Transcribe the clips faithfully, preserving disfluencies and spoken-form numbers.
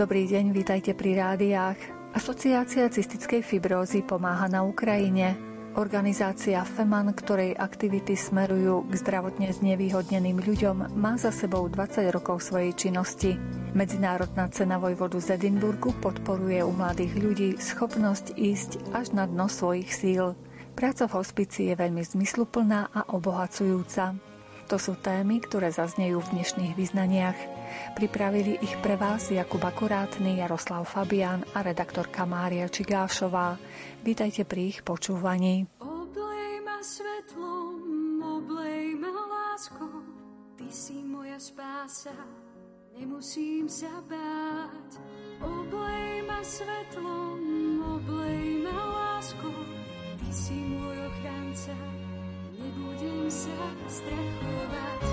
Dobrý deň, vítajte pri rádiách. Asociácia cystickej fibrózy pomáha na Ukrajine. Organizácia FEMAN, ktorej aktivity smerujú k zdravotne znevýhodneným ľuďom, má za sebou dvadsať rokov svojej činnosti. Medzinárodná cena vojvodu z Edinburgu podporuje u mladých ľudí schopnosť ísť až na dno svojich síl. Práca v hospícii je veľmi zmysluplná a obohacujúca. To sú témy, ktoré zaznejú v dnešných vyznaniach. Pripravili ich pre vás Jakub Akurátny, Jaroslav Fabián a redaktorka Mária Čigášová. Vítajte pri ich počúvaní. Oblej ma svetlom, oblej ma láskou, ty si moja spása, nemusím sa báť. Oblej ma svetlom, oblej ma láskou, ty si môj ochranca, nebudem sa strachovať.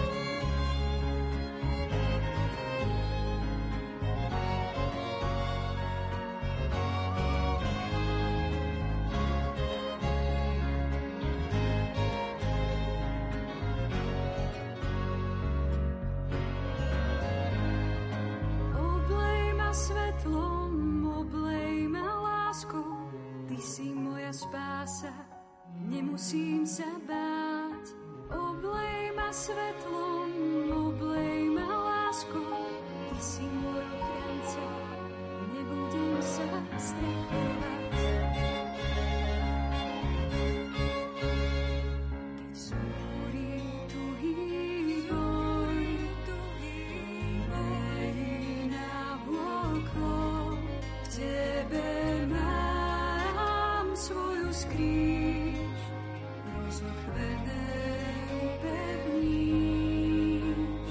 Spása, nemusím sa báť. Oblej ma svetlom, oblej ma láskou, ty si môj ochranca, nebudem sa strachovať. Keď súbúri tuhý boj, tuhý navôkol, v tebe svoju skrýš, rozochvené upevníš.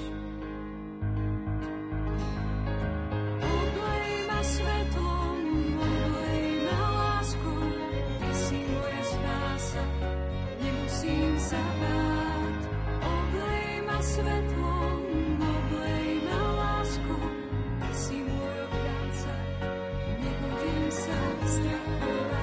Oblej ma svetlom, oblej ma láskou, ty si moja spása, nemusím sa báť. Oblej ma svetlom, oblej ma láskou, ty si môj ochranca, nebudem sa strachovať.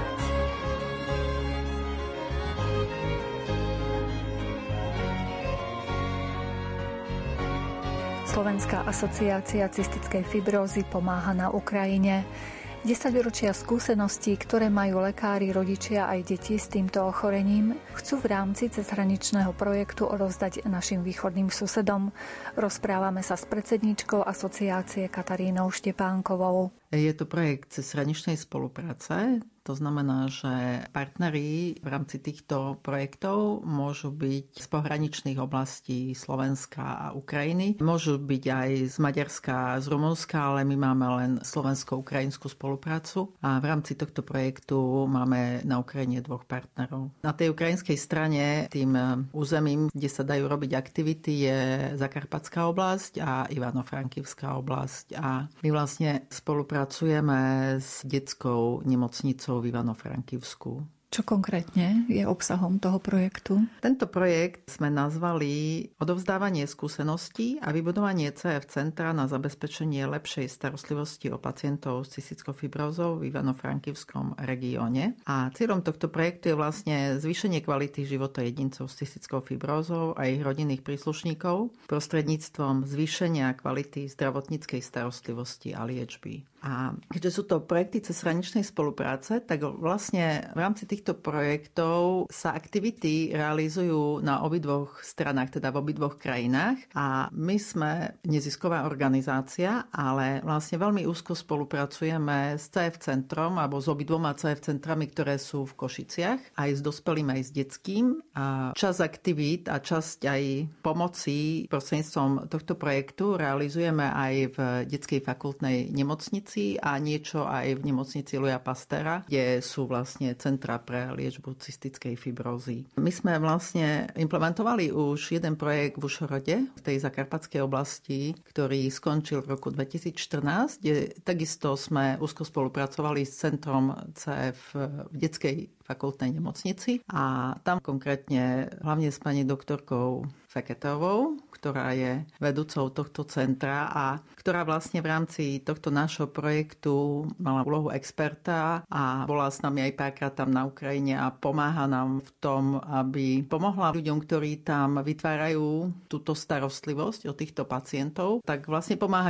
Slovenská asociácia cystickej fibrózy pomáha na Ukrajine. Desaťročia skúseností, ktoré majú lekári, rodičia aj deti s týmto ochorením, chcú v rámci cezhraničného projektu odovzdať našim východným susedom. Rozprávame sa s predsedníčkou asociácie Katarínou Štepánkovou. Je to projekt cezhraničnej spolupráce. To znamená, že partneri v rámci týchto projektov môžu byť z pohraničných oblastí Slovenska a Ukrajiny. Môžu byť aj z Maďarska, z Rumunska, ale my máme len slovensko-ukrajinskú spoluprácu. A v rámci tohto projektu máme na Ukrajine dvoch partnerov. Na tej ukrajinskej strane tým územím, kde sa dajú robiť aktivity, je Zakarpatská oblasť a Ivano-Frankivská oblasť. A my vlastne spolupracujeme s detskou nemocnicou v Ivano-Frankivsku. Čo konkrétne je obsahom toho projektu? Tento projekt sme nazvali Odovzdávanie skúseností a vybudovanie cé ef centra na zabezpečenie lepšej starostlivosti o pacientov s cystickou fibrózou v Ivano-Frankivskom regióne. A cieľom tohto projektu je vlastne zvýšenie kvality života jedincov s cystickou fibrózou a ich rodinných príslušníkov prostredníctvom zvýšenia kvality zdravotníckej starostlivosti a liečby. A keďže sú to projekty cezhraničnej spolupráce, tak vlastne v rámci týchto projektov sa aktivity realizujú na obidvoch stranách, teda v obidvoch krajinách. A my sme nezisková organizácia, ale vlastne veľmi úzko spolupracujeme s cé ef centrom alebo s obidvoma cé ef centrami, ktoré sú v Košiciach, aj s dospelým, aj s detským. A časť aktivít a časť aj pomoci prostredníctvom tohto projektu realizujeme aj v detskej fakultnej nemocnici a niečo aj v nemocnici Louisa Pasteur, kde sú vlastne centra pre liečbu cystickej fibrózy. My sme vlastne implementovali už jeden projekt v Užhorode, v tej zakarpatskej oblasti, ktorý skončil v roku dvetisícštrnásť, kde takisto sme úzko spolupracovali s centrom cé ef v detskej fakultnej nemocnici a tam konkrétne hlavne s pani doktorkou Feketovou, ktorá je vedúcou tohto centra a ktorá vlastne v rámci tohto nášho projektu mala úlohu experta a bola s nami aj párkrát tam na Ukrajine a pomáha nám v tom, aby pomohla ľuďom, ktorí tam vytvárajú túto starostlivosť o týchto pacientov, tak vlastne pomáha im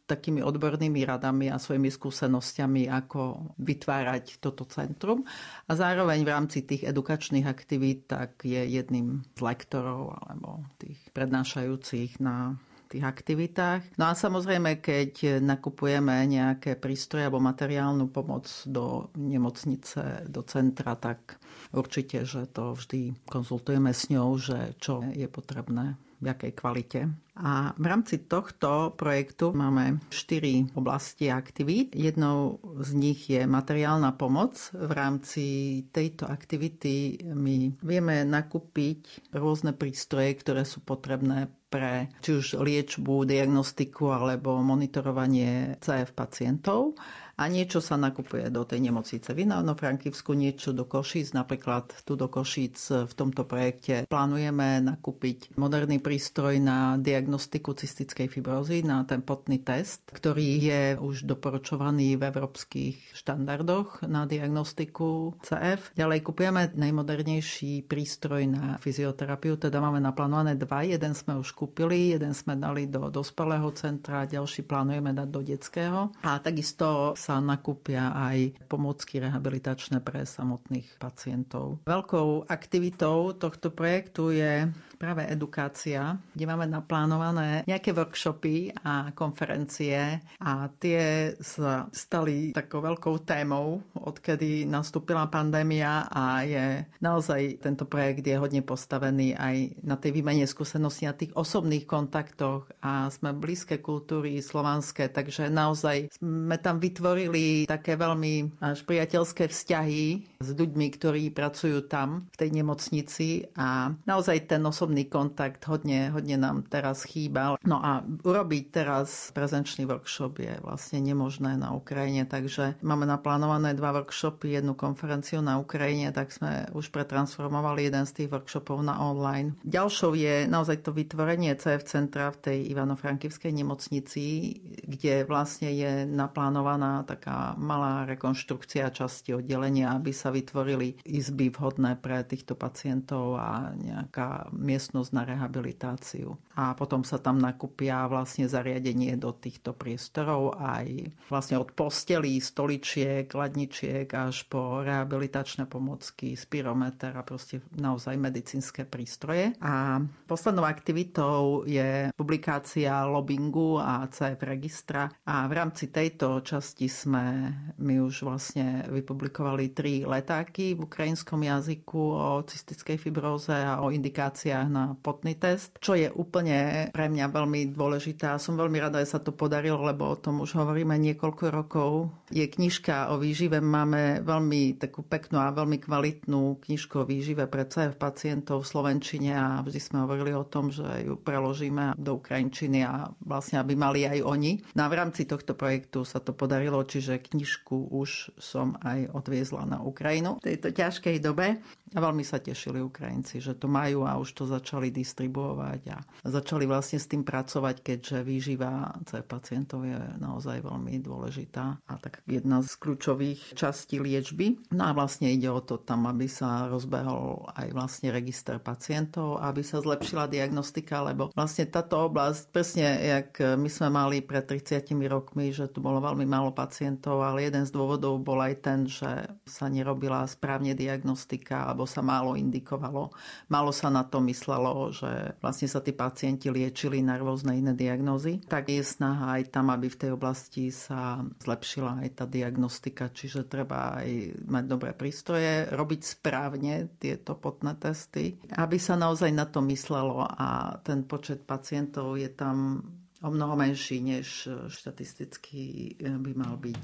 takými odbornými radami a svojimi skúsenosťami, ako vytvárať toto centrum. A zároveň v rámci tých edukačných aktivít tak je jedným z lektorov alebo tých prednášajúcich na tých aktivitách. No a samozrejme, keď nakupujeme nejaké prístroje alebo materiálnu pomoc do nemocnice, do centra, tak určite, že to vždy konzultujeme s ňou, že čo je potrebné, v jakej kvalite. A v rámci tohto projektu máme štyri oblasti aktivít. Jednou z nich je materiálna pomoc. V rámci tejto aktivity my vieme nakúpiť rôzne prístroje, ktoré sú potrebné pre či už liečbu, diagnostiku alebo monitorovanie cé ef pacientov. A niečo sa nakupuje do tej nemocnice v Ivano-Frankivsku, niečo do Košíc. Napríklad tu do Košíc v tomto projekte plánujeme nakúpiť moderný prístroj na diagnostiku cystickej fibrózy, na ten potný test, ktorý je už doporučovaný v európskych štandardoch na diagnostiku cé ef. Ďalej kupujeme najmodernejší prístroj na fyzioterapiu, teda máme naplánované dva. Jeden sme už kúpili, jeden sme dali do dospelého centra, ďalší plánujeme dať do detského. A takisto sa nakúpia aj pomôcky rehabilitačné pre samotných pacientov. Veľkou aktivitou tohto projektu je práve edukácia, kde máme naplánované nejaké workshopy a konferencie a tie sa stali takou veľkou témou, odkedy nastúpila pandémia a je naozaj tento projekt je hodne postavený aj na tej výmene skúseností, na tých osobných kontaktoch a sme blízke kultúry slovanské, takže naozaj sme tam vytvorili také veľmi až priateľské vzťahy s ľuďmi, ktorí pracujú tam v tej nemocnici a naozaj ten osobný kontakt hodne, hodne nám teraz chýbal. No a urobiť teraz prezenčný workshop je vlastne nemožné na Ukrajine, takže máme naplánované dva workshopy, jednu konferenciu na Ukrajine, tak sme už pretransformovali jeden z tých workshopov na online. Ďalšou je naozaj to vytvorenie cé ef centra v tej Ivano-Frankivskej nemocnici, kde vlastne je naplánovaná taká malá rekonštrukcia časti oddelenia, aby sa vytvorili izby vhodné pre týchto pacientov a nejaká miestnosť na rehabilitáciu. A potom sa tam nakúpia vlastne zariadenie do týchto priestorov aj vlastne od postelí, stoličiek, ladničiek až po rehabilitačné pomocky, spirometer a proste naozaj medicínske prístroje. A poslednou aktivitou je publikácia lobbingu a cé ef registra a v rámci tejto časti sme my už vlastne vypublikovali tri letáky v ukrajinskom jazyku o cystickej fibróze a o indikáciách na potný test, čo je úplne pre mňa veľmi dôležité. Som veľmi rada, že sa to podarilo, lebo o tom už hovoríme niekoľko rokov. Je knižka o výžive, máme veľmi takú peknú a veľmi kvalitnú knižku o výžive pre cé ef pacientov v slovenčine a vždy sme hovorili o tom, že ju preložíme do ukrajinčiny a vlastne aby mali aj oni. No a v rámci tohto projektu sa to podarilo, čiže knižku už som aj odviezla na Ukrajinu v tejto ťažkej dobe a veľmi sa tešili Ukrajinci, že to majú a už to začali distribuovať a začali vlastne s tým pracovať, keďže výživa cé ef pacientov je naozaj veľmi dôležitá a tak jedna z kľúčových častí liečby. No a vlastne ide o to tam, aby sa rozbehol aj vlastne register pacientov, aby sa zlepšila diagnostika, lebo vlastne táto oblasť, presne jak my sme mali pred tridsiatimi rokmi, že tu bolo veľmi málo pacientov, ale jeden z dôvodov bol aj ten, že sa nerobila správne diagnostika alebo sa málo indikovalo. Málo sa na to myslelo, že vlastne sa tí pacienti liečili na rôzne iné diagnózy. Tak je snaha aj tam, aby v tej oblasti sa zlepšila aj tá diagnostika, čiže treba aj mať dobré prístroje, robiť správne tieto potné testy, aby sa naozaj na to myslelo a ten počet pacientov je tam o mnoho menší, než štatisticky by mal byť.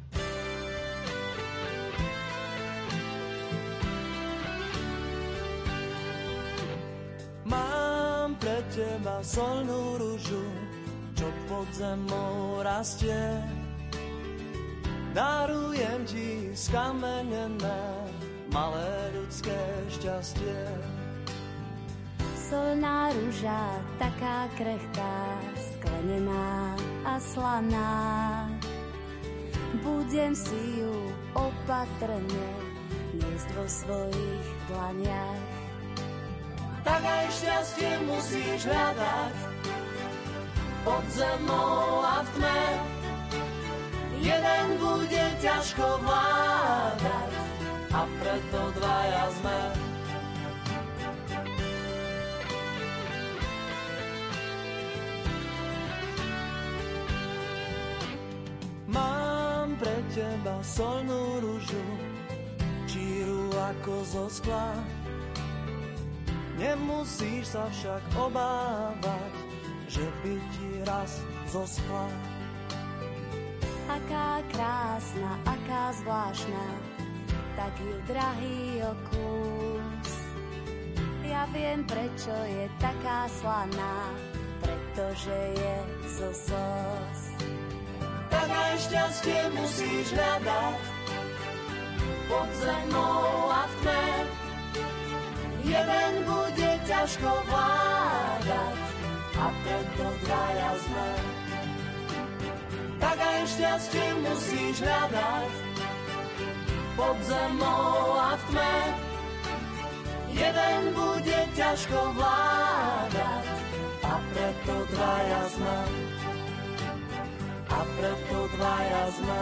Mám pre teba solnú ružu, čo pod zemou rastie. Darujem ti skamenené malé ľudské šťastie. Solná ruža, taká krehká, sklenená a slaná. Budem si ju opatrne niesť vo svojich dlaniach. Tak aj šťastie musíš hľadať pod zemou a v tme. Jeden bude ťažko vládať a preto dvaja sme. Mám pre teba solnú ružu, číru ako zo skla. Nemusíš sa však obávať, že by ti raz zoschla. Aká krásna, aká zvláštna, tak ju drahý okús. Ja viem, prečo je taká slaná, pretože je zo slz. Tak aj šťastie musíš hľadať pod zemou a v tme. Jeden bude ťažko vládať a preto dvaja sme. Tak aj šťastie musíš hľadať pod zemou a v tme. Jeden bude ťažko vládať a preto dvaja sme. A preto dvaja sme.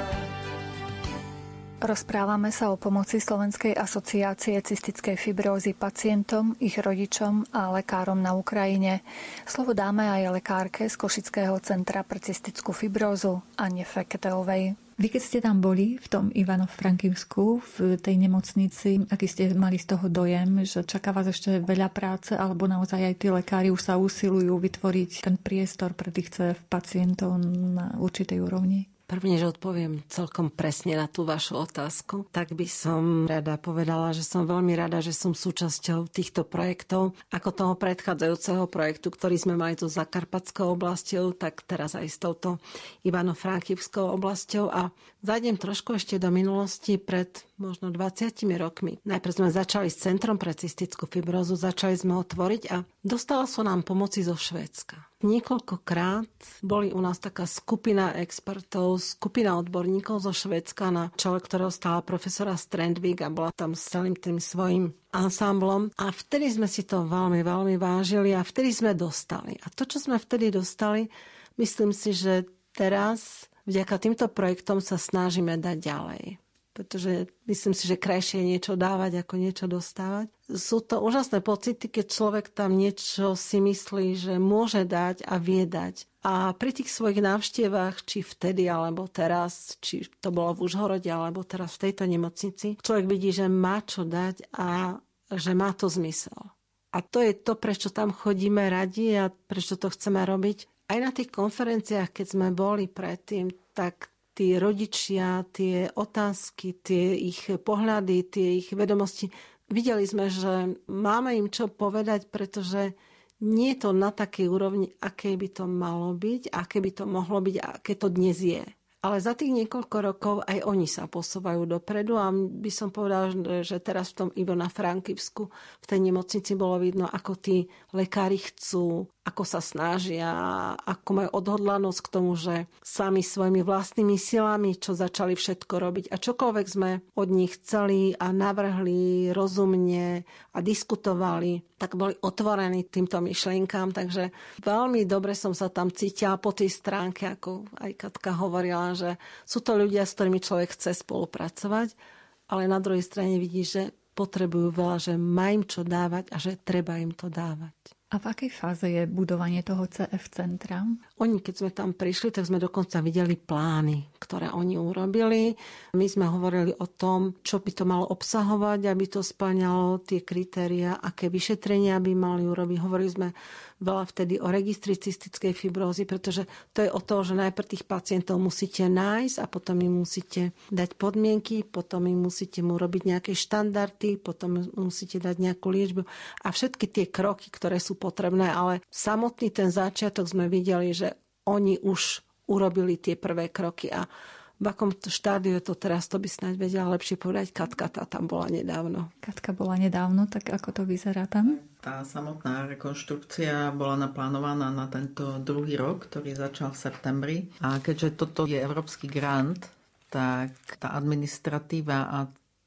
Rozprávame sa o pomoci Slovenskej asociácie cystickej fibrózy pacientom, ich rodičom a lekárom na Ukrajine. Slovo dáme aj lekárke z Košického centra pre cystickú fibrózu Anne Feketeovej. Vy keď ste tam boli v tom Ivano-Frankivsku, v tej nemocnici, aký ste mali z toho dojem, že čaká vás ešte veľa práce, alebo naozaj aj tí lekári už sa usilujú vytvoriť ten priestor pre tých cé ef pacientov na určitej úrovni? Prvne, že odpoviem celkom presne na tú vašu otázku, tak by som rada povedala, že som veľmi rada, že som súčasťou týchto projektov. Ako toho predchádzajúceho projektu, ktorý sme mali tu za Karpatskou oblasťou, tak teraz aj s touto Ivano-Frankivskou oblasťou. A zajdem trošku ešte do minulosti pred možno dvadsiatimi rokmi. Najprv sme začali s Centrom pre cystickú fibrózu, začali sme ho tvoriť a dostala sa nám pomoci zo Švédska. Niekoľkokrát boli u nás taká skupina expertov, skupina odborníkov zo Švédska, na čele ktorého stála profesora Strandvik a bola tam s celým tým svojím ansámblom. A vtedy sme si to veľmi, veľmi vážili a vtedy sme dostali. A to, čo sme vtedy dostali, myslím si, že teraz vďaka týmto projektom sa snažíme dať ďalej. Pretože myslím si, že krajšie je niečo dávať, ako niečo dostávať. Sú to úžasné pocity, keď človek tam niečo si myslí, že môže dať a vie dať. A pri tých svojich návštevách, či vtedy, alebo teraz, či to bolo v Užhorode, alebo teraz v tejto nemocnici, človek vidí, že má čo dať a že má to zmysel. A to je to, prečo tam chodíme radi a prečo to chceme robiť. Aj na tých konferenciách, keď sme boli predtým, tak tí rodičia, tie otázky, tie ich pohľady, tie ich vedomosti. Videli sme, že máme im čo povedať, pretože nie je to na takej úrovni, aké by to malo byť, aké by to mohlo byť, aké to dnes je. Ale za tých niekoľko rokov aj oni sa posúvajú dopredu a by som povedala, že teraz v tom Ivano-Frankivsku v tej nemocnici bolo vidno, ako tí lekári chcú, ako sa snažia, ako majú odhodlanosť k tomu, že sami svojimi vlastnými silami, čo začali všetko robiť a čokoľvek sme od nich chceli a navrhli rozumne a diskutovali, tak boli otvorení týmto myšlienkám. Takže veľmi dobre som sa tam cítila po tej stránke, ako aj Katka hovorila, že sú to ľudia, s ktorými človek chce spolupracovať, ale na druhej strane vidí, že potrebujú veľa, že má im čo dávať a že treba im to dávať. A v akej fáze je budovanie toho cé ef centra? Oni, keď sme tam prišli, tak sme dokonca videli plány, ktoré oni urobili. My sme hovorili o tom, čo by to malo obsahovať, aby to spĺňalo tie kritériá, aké vyšetrenia by mali urobiť. Hovorili sme veľa vtedy o registri cystickej fibrózy, pretože to je o to, že najprv tých pacientov musíte nájsť a potom im musíte dať podmienky, potom im musíte mu robiť nejaké štandardy, potom musíte dať nejakú liečbu a všetky tie kroky, ktoré sú potrebné, ale samotný ten začiatok sme videli, že oni už urobili tie prvé kroky a v akom štádiu je to teraz, to by snáď vedela lepšie povedať Katka, tá tam bola nedávno. Katka bola nedávno, tak ako to vyzerá tam? Tá samotná rekonštrukcia bola naplánovaná na tento druhý rok, ktorý začal v septembri. A keďže toto je európsky grant, tak tá administratíva a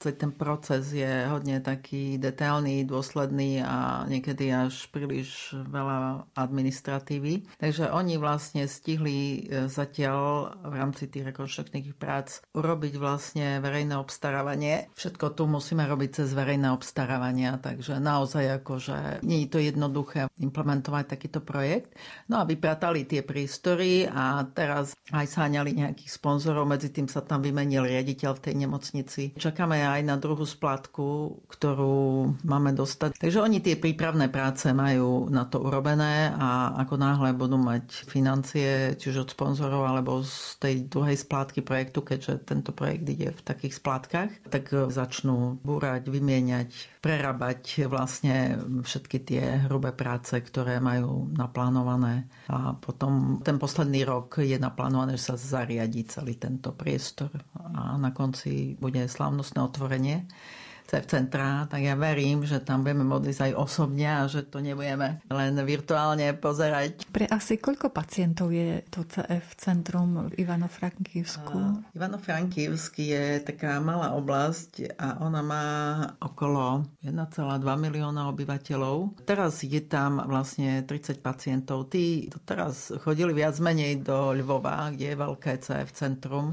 ten proces je hodne taký detailný, dôsledný a niekedy až príliš veľa administratívy. Takže oni vlastne stihli zatiaľ v rámci tých rekonštrukčných prác urobiť vlastne verejné obstarávanie. Všetko tu musíme robiť cez verejné obstarávania, takže naozaj akože nie je to jednoduché implementovať takýto projekt. No a vypratali tie priestory a teraz aj sáňali nejakých sponzorov, medzi tým sa tam vymenil riaditeľ v tej nemocnici. Čakáme aj na druhú splátku, ktorú máme dostať. Takže oni tie prípravné práce majú na to urobené a ako náhle budú mať financie, čiže od sponzorov alebo z tej druhej splátky projektu, keďže tento projekt ide v takých splátkach, tak začnú búrať, vymieňať, prerábať vlastne všetky tie hrubé práce, ktoré majú naplánované. A potom ten posledný rok je naplánované, že sa zariadí celý tento priestor a na konci bude slávnostné otvorenie cé ef centra, tak ja verím, že tam budeme modliť aj osobne a že to nebudeme len virtuálne pozerať. Pre asi koľko pacientov je to cé ef centrum v Ivano-Frankivsku? Ivano-Frankivsk je taká malá oblasť a ona má okolo jeden celá dva milióna obyvateľov. Teraz je tam vlastne tridsať pacientov. Tí teraz chodili viac menej do Lvova, kde je veľké cé ef centrum,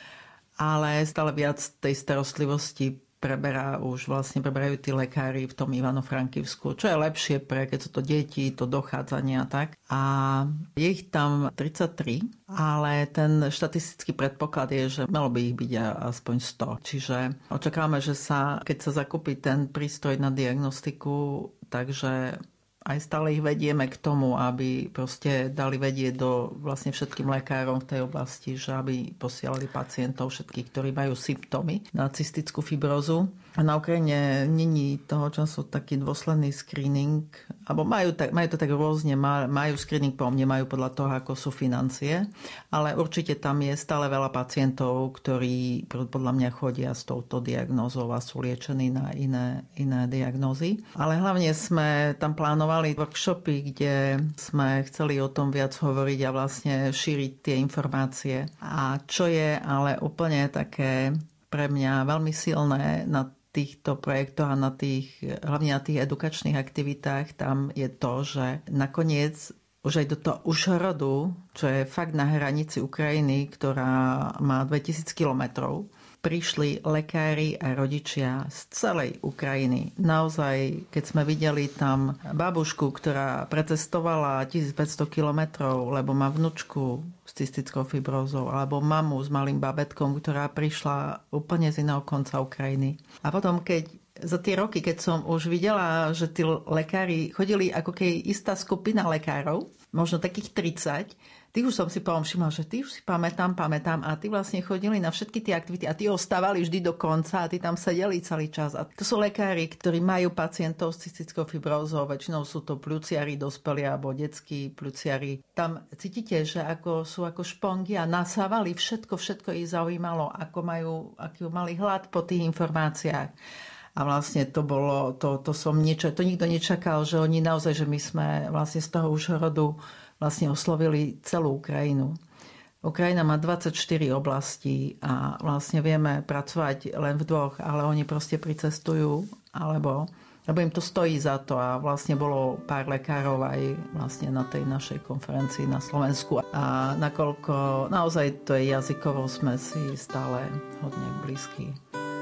ale stále viac tej starostlivosti preberá už vlastne preberajú tí lekári v tom Ivano-Frankivsku, čo je lepšie pre, keď sú to deti, to dochádzanie a tak. A je ich tam tridsaťtri, ale ten štatistický predpoklad je, že malo by ich byť aspoň sto. Čiže očakávame, že sa, keď sa zakúpi ten prístroj na diagnostiku, takže aj stále ich vedieme k tomu, aby proste dali vedieť do vlastne všetkým lekárom v tej oblasti, že aby posielali pacientov všetkých, ktorí majú symptómy na cystickú fibrózu. A na Ukrajine není toho času taký dôsledný screening, alebo majú, tak, majú to tak rôzne, majú screening, potom nemajú podľa toho, ako sú financie, ale určite tam je stále veľa pacientov, ktorí podľa mňa chodia s touto diagnózou a sú liečení na iné, iné diagnózy. Ale hlavne sme tam plánovali workshopy, kde sme chceli o tom viac hovoriť a vlastne šíriť tie informácie. A čo je ale úplne také pre mňa veľmi silné na týchto projektoch a na tých, hlavne na tých edukačných aktivitách, tam je to, že nakoniec už aj do toho Užhorodu, čo je fakt na hranici Ukrajiny, ktorá má dvetisíc kilometrov, prišli lekári a rodičia z celej Ukrajiny. Naozaj, keď sme videli tam babušku, ktorá precestovala tisícpäťsto kilometrov, lebo má vnučku s cystickou fibrózou, alebo mamu s malým babetkom, ktorá prišla úplne z iného konca Ukrajiny. A potom, keď za tie roky, keď som už videla, že tí lekári chodili ako keď istá skupina lekárov, možno takých tridsať, tých už som si potom všimla, že tí už si pamätám, pamätám a tí vlastne chodili na všetky tie aktivity a tí ostávali vždy do konca a tí tam sedeli celý čas. A to sú lekári, ktorí majú pacientov s cystickou fibrózou, väčšinou sú to pľuciari dospelí alebo detskí pľuciari. Tam cítite, že ako sú ako špongy a nasávali všetko, všetko ich zaujímalo, ako majú, aký mali hlad po tých informáciách. A vlastne to bolo, to, to som niečo, to nikto nečakal, že oni naozaj, že my sme vlastne z toho Užhorodu vlastne oslovili celú Ukrajinu. Ukrajina má dvadsaťštyri oblastí a vlastne vieme pracovať len v dvoch, ale oni proste pricestujú, alebo, lebo im to stojí za to a vlastne bolo pár lekárov aj vlastne na tej našej konferencii na Slovensku. A nakoľko naozaj to je jazykovo, sme si stále hodne blízki.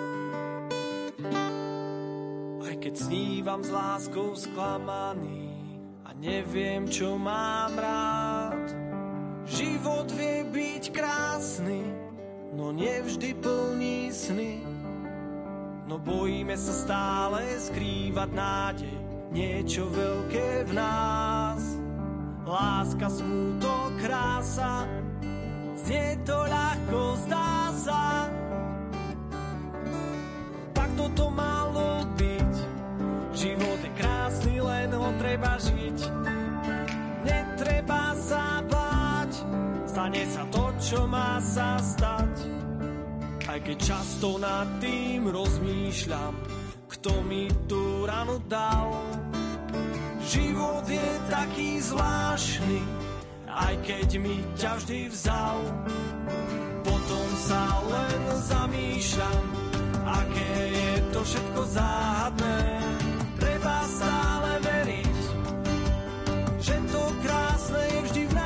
Aj keď snívam s láskou sklamaný, neviem, čo mám rád. Život vie byť krásny, no nevždy plní sny. No bojíme sa stále skrývať nádej, niečo veľké v nás. Láska, smútok, krása, znie to ľahko, zdá sa. Tak toto malo byť. Život je krásny, len ho treba žiť. Netreba sa báť, stane sa to, čo má sa stať. Aj keď často nad tým rozmýšľam, kto mi tú ranu dal. Život je taký zvláštny, aj keď mi ťa vždy vzal. Potom sa len zamýšľam a aké je to všetko záhadné. Treba stále veriť, že to krásne je vždy v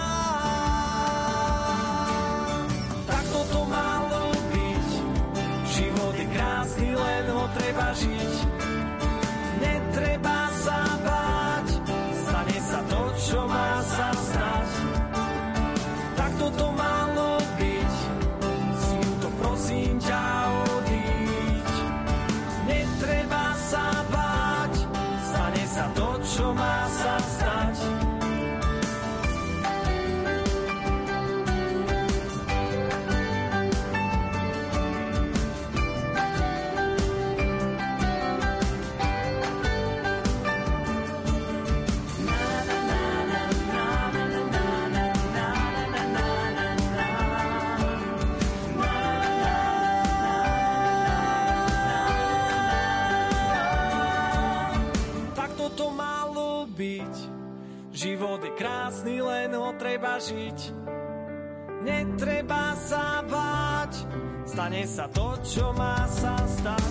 nás. Tak toto malo byť. Život je krásny, len ho treba žiť. Netreba sa báť, stane sa to, čo má sa stať. Tak toto malo byť. Smúto, prosím ťa, odíď. Netreba sa báť, stane sa to, čo má sa stať. Život je krásny, len ho treba žiť. Netreba sa báť, stane sa to, čo má sa stať.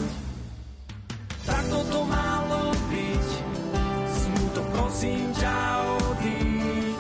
Tak toto malo byť, smúto, prosím ťa, odíď.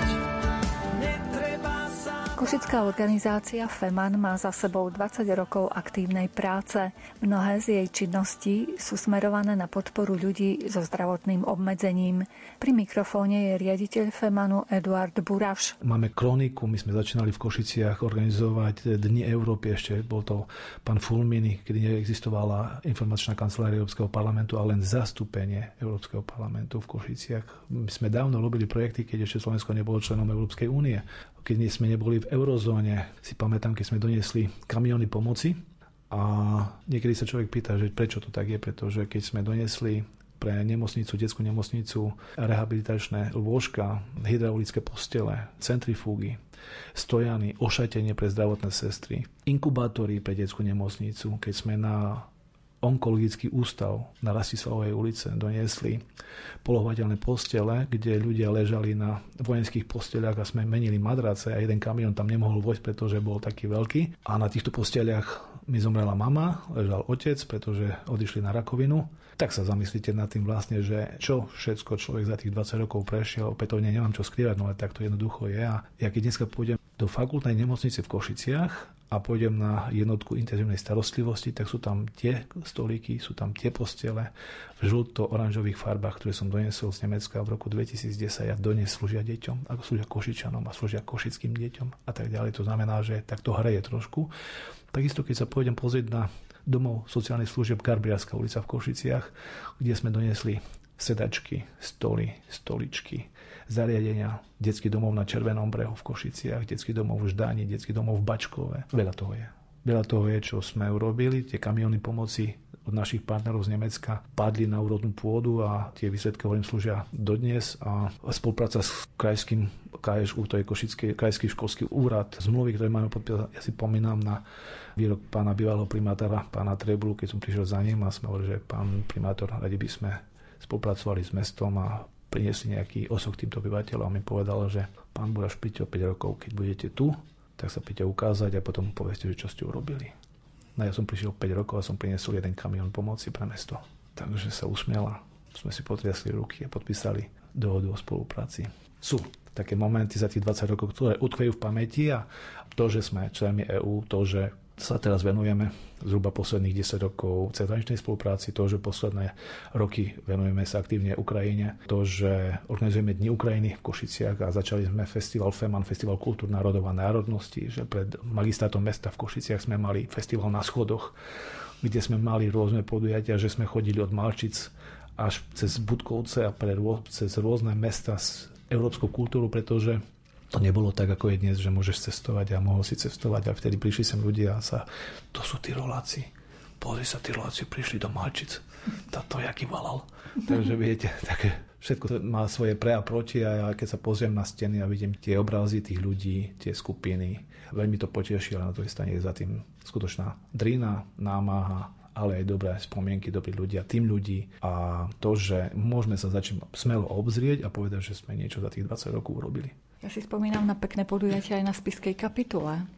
Netreba sa... Košická organizácia FEMAN má za sebou dvadsať rokov aktívnej práce. Mnohé z jej činností sú smerované na podporu ľudí so zdravotným obmedzením. Pri mikrofóne je riaditeľ FEMANu Eduard Buraš. Máme kroniku, my sme začínali v Košiciach organizovať Dni Európy, ešte bol to pán Fulmini, kedy neexistovala informačná kancelária Európskeho parlamentu, ale len zastúpenie Európskeho parlamentu v Košiciach. My sme dávno robili projekty, keď ešte Slovensko nebolo členom Európskej únie. Keď sme neboli v eurozóne, si pamätám, keď sme doniesli kamióny pomoci a niekedy sa človek pýta, že prečo to tak je, pretože keď sme doniesli pre nemocnicu, detskú nemocnicu, rehabilitačné lôžka, hydraulické postele, centrifúgy, stojany, ošatenie pre zdravotné sestry, inkubátory pre detskú nemocnicu, keď sme na onkologický ústav na Rastislavovej ulice doniesli polohovateľné postele, kde ľudia ležali na vojenských posteľách a sme menili madrace a jeden kamión tam nemohol vojsť, pretože bol taký veľký. A na týchto posteliach mi zomrela mama, ležal otec, pretože odišli na rakovinu. Tak sa zamyslíte nad tým vlastne, že čo všetko človek za tých dvadsať rokov prešiel, opätovne nemám čo skrývať, no ale tak to jednoducho je. A ja keď dneska pôjdem do fakultnej nemocnice v Košiciach a pôjdem na jednotku intenzívnej starostlivosti, tak sú tam tie stolíky, sú tam tie postele v žlto-oranžových farbách, ktoré som doniesol z Nemecka v roku dvetisícdesať a dnes slúžia deťom, ako slúžia Košičanom a slúžia košickým deťom a tak ďalej. To znamená, že tak to hreje trošku. Takisto, keď sa pôjdem pozrieť na domov sociálnych služieb Garbriarská ulica v Košiciach, kde sme doniesli sedačky, stoly, stoličky, zariadenia, detský domov na Červenom brehu v Košiciach, detský domov v Ždáni, detský domov v Bačkove. Veľa toho je. Veľa toho je, čo sme urobili. Tie kamióny pomoci od našich partnerov z Nemecka padli na úrodnú pôdu a tie výsledky hovorím slúžia dodnes a spolupráca s krajským ká es ú, to je Košický krajský školský úrad, zmluvy, ktoré máme podpísať. Ja si pomínam na výrok pána bývalého primátora, pána Treblu, keď som prišiel za ním a sme hovorili, že pán primátor, radi by sme spolupracovali s mestom a priniesli nejaký osok týmto obyvateľom a mi povedal, že pán Buraš, príďte o päť rokov, keď budete tu, tak sa príďte ukázať a potom povedzte, že čo ste urobili. No ja som prišiel päť rokov a som priniesol jeden kamión pomoci pre mesto. Takže sa usmiala. Sme si potriasli ruky a podpísali dohodu o spolupráci. Sú také momenty za tých dvadsať rokov, ktoré utkvejú v pamäti a to, že sme členmi EÚ, to, že sa teraz venujeme zhruba posledných desať rokov cezhraničnej spolupráci, to, že posledné roky venujeme sa aktívne Ukrajine, to, že organizujeme Dni Ukrajiny v Košiciach a začali sme festival FEMAN, Festival kultúr národov a národností, že pred magistrátom mesta v Košiciach sme mali festival na schodoch, kde sme mali rôzne podujatia, že sme chodili od Malčic až cez Budkovce a pre, cez rôzne mesta s európskou kultúru, pretože to nebolo tak, ako je dnes, že môžeš cestovať a mohol si cestovať a vtedy prišli sem ľudia a sa, to sú Tyroláci. Pozri sa, Tyroláci prišli do Malčic. Táto jaký valal. Takže viete, také všetko má svoje pre a proti a ja keď sa pozriem na steny a vidím tie obrazy tých ľudí, tie skupiny, veľmi to poteší, ale na druhej strane je za tým skutočná drina, námaha, ale aj dobré spomienky, dobrí ľudia, tým ľudí a to, že môžeme sa začať smelo obzrieť a povedať, že sme niečo za tých dvadsať rokov urobili. Ja si spomínam na pekné podujatia aj na spišskej kapitule.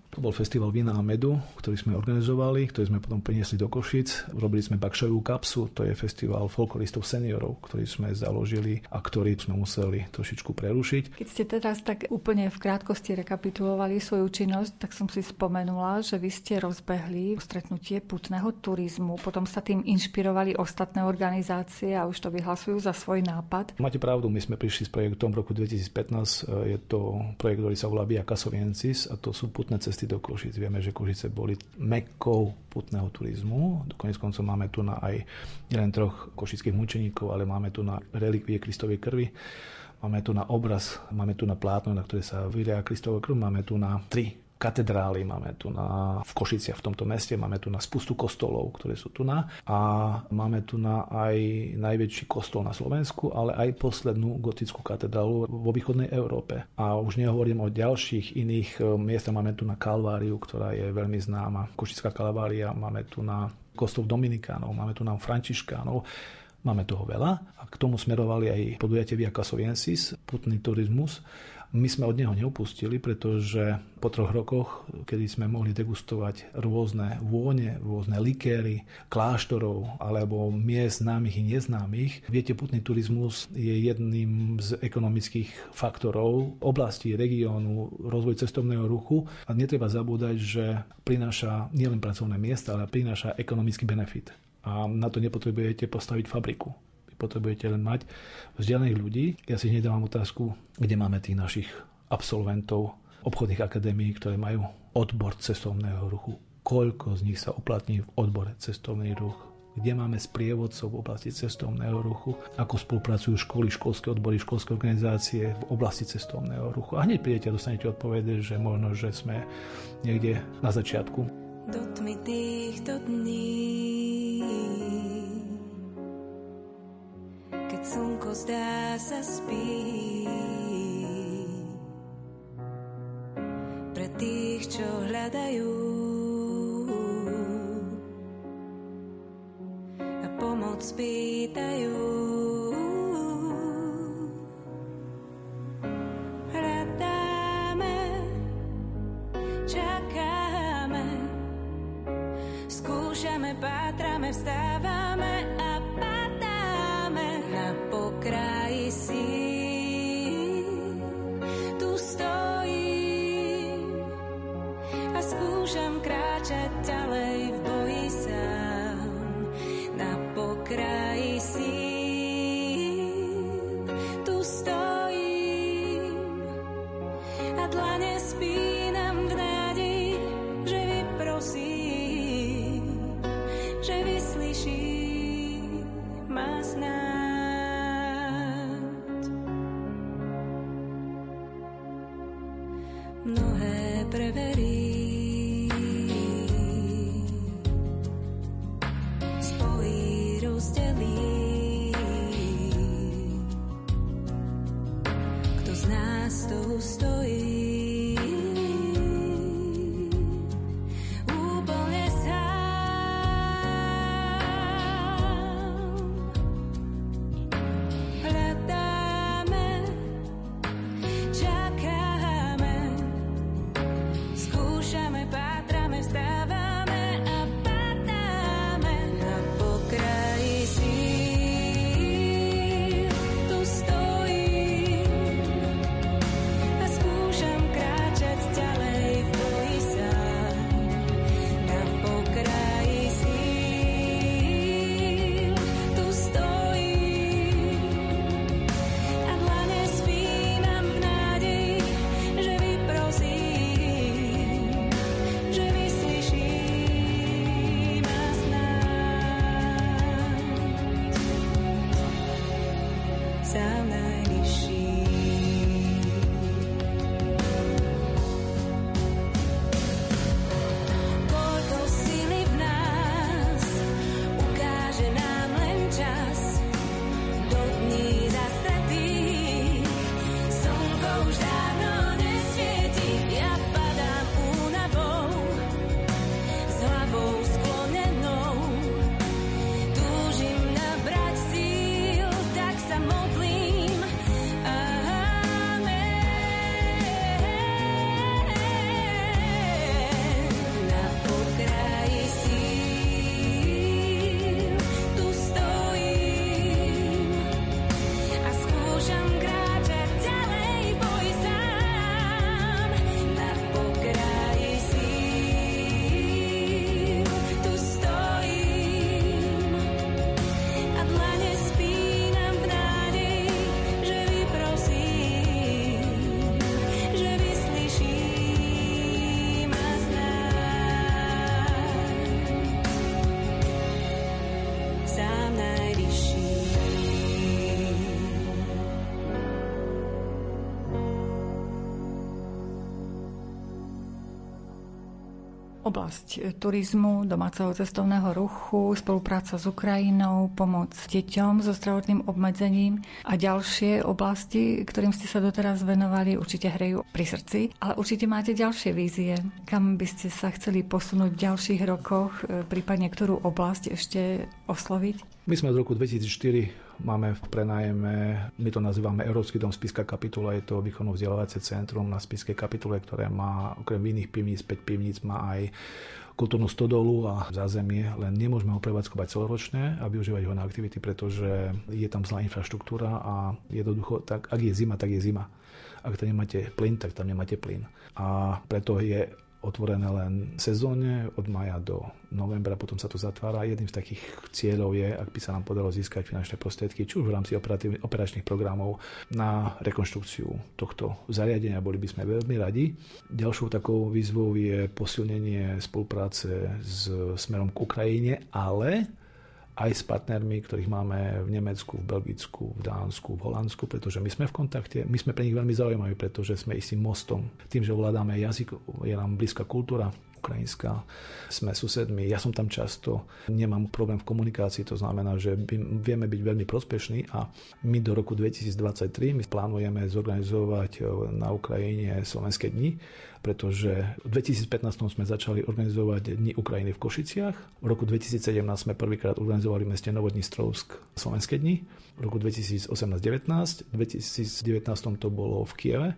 To bol festival vína a medu, ktorý sme organizovali, ktorý sme potom priniesli do Košic. Robili sme Bakšovú kapsu, to je festival folkloristov seniorov, ktorý sme založili a ktorý sme museli trošičku prerušiť. Keď ste teraz tak úplne v krátkosti rekapitulovali svoju činnosť, tak som si spomenula, že vy ste rozbehli stretnutie putného turizmu, potom sa tým inšpirovali ostatné organizácie a už to vyhlasujú za svoj nápad. Máte pravdu, my sme prišli s projektom v roku dvetisícpätnásť, je to projekt, ktorý sa volá Via Casoviensis a to sú putné cesty do Košic. Vieme, že Košice boli mekkou putného turizmu. Koniec koncov máme tu na aj nielen troch košických mučeníkov, ale máme tu na relikvie Kristovej krvi. Máme tu na obraz, máme tu na plátno, na ktoré sa vylia Kristova krv, máme tu na tri katedrály, máme tu na, v Košiciach, v tomto meste, máme tu na spustu kostolov, ktoré sú tu na a máme tu na aj najväčší kostol na Slovensku, ale aj poslednú gotickú katedrálu vo východnej Európe. A už nehovorím o ďalších iných miestach, máme tu na Kalváriu, ktorá je veľmi známa, Košická Kalvária, máme tu na kostol Dominikánov, máme tu na Františkánov. Máme toho veľa a k tomu smerovali aj podujatie Via Casoviensis, putný turizmus. My sme od neho neupustili, pretože po troch rokoch, kedy sme mohli degustovať rôzne vône, rôzne likéry, kláštorov alebo miest známych i neznámych, viete, putný turizmus je jedným z ekonomických faktorov oblasti, regiónu, rozvoj cestovného ruchu a netreba zabúdať, že prináša nielen pracovné miesta, ale prináša ekonomický benefit. A na to nepotrebujete postaviť fabriku. Potrebujete len mať vzdelaných ľudí. Ja si hneď dávam otázku, kde máme tých našich absolventov obchodných akadémií, ktoré majú odbor cestovného ruchu. Koľko z nich sa uplatní v odbore cestovný ruch? Kde máme sprievodcov v oblasti cestovného ruchu? Ako spolupracujú školy, školské odbory, školské organizácie v oblasti cestovného ruchu? A hneď prídete a dostanete odpovede, že možno, že sme niekde na začiatku. Do tmy týchto dní, keď slnko zdá sa spí, pre tých, čo hľadajú a pomoc pýtajú. Hľadáme, čakáme, skúšame, pátrame, vstávame a na pokraji síl. Tu stojím a skúšam kráčať ďalej v boji sám. Na pokraji síl. Tu stojím a dlane spínam v nádeji, že vyprosím, že vyslyším ma snáď. Mnohé preverí, spojí, rozdelí. Kto z nás to ustojí? Úplne sám. Hľadáme, čakáme, skúšame, pátrame, vstávame a padáme na pokraji síl. Tu stojím a skúšam kráčať ďalej v boji sám. Na pokraji síl. Tu stojím a dlane spínam v nádeji, že vyprosím, že vyslyším a snáď sám najvyšší. Koľko sily v nás ukáže nám len čas. Do dní zastretých slnko už dávno nesvieti. Ja padám únavou, s hlavou sklonenou. Túžim nabrať síl, tak sa modlím, oblasť turizmu, domáceho cestovného ruchu, spolupráca s Ukrajinou, pomoc deťom so zdravotným obmedzením a ďalšie oblasti, ktorým ste sa doteraz venovali, určite hrejú pri srdci, ale určite máte ďalšie vízie. Kam by ste sa chceli posunúť v ďalších rokoch, prípadne ktorú oblasť ešte osloviť? My sme od roku dvetisícštyri máme v prenájme, my to nazývame Európsky dom Spišská kapitula, je to výchovno vzdelávacie centrum na Spišskej kapitule, ktoré má okrem iných pivníc, päť pivníc, má aj kultúrnu stodolu a zázemie, len nemôžeme ho prevádzkovať celoročne a využívať ho na aktivity, pretože je tam zlá infraštruktúra a jednoducho, tak, ak je zima, tak je zima. Ak tam nemáte plyn, tak tam nemáte plyn. A preto je otvorené len sezónne od maja do novembra, potom sa to zatvára. Jedným z takých cieľov je, ak by sa nám podarilo získať finančné prostriedky, či už v rámci operačných programov na rekonštrukciu tohto zariadenia, boli by sme veľmi radi. Ďalšou takou výzvou je posilnenie spolupráce s smerom k Ukrajine, ale aj s partnermi, ktorých máme v Nemecku, v Belgicku, v Dánsku, v Holandsku, pretože my sme v kontakte, my sme pre nich veľmi zaujímaví, pretože sme istým mostom. Tým, že ovládame jazyk, je nám blízka kultúra ukrajinská, sme susedmi, ja som tam často, nemám problém v komunikácii, to znamená, že vieme byť veľmi prospešní a my do roku dvetisícdvadsaťtri my plánujeme zorganizovať na Ukrajine Slovenské dni, pretože v dvetisícpätnásť sme začali organizovať Dni Ukrajiny v Košiciach. V roku dvetisícsedemnásť sme prvýkrát organizovali v meste Novodnistrovsk Slovenské dni. V roku dvetisícosemnásť devätnásť, v dvetisícdevätnásť to bolo v Kieve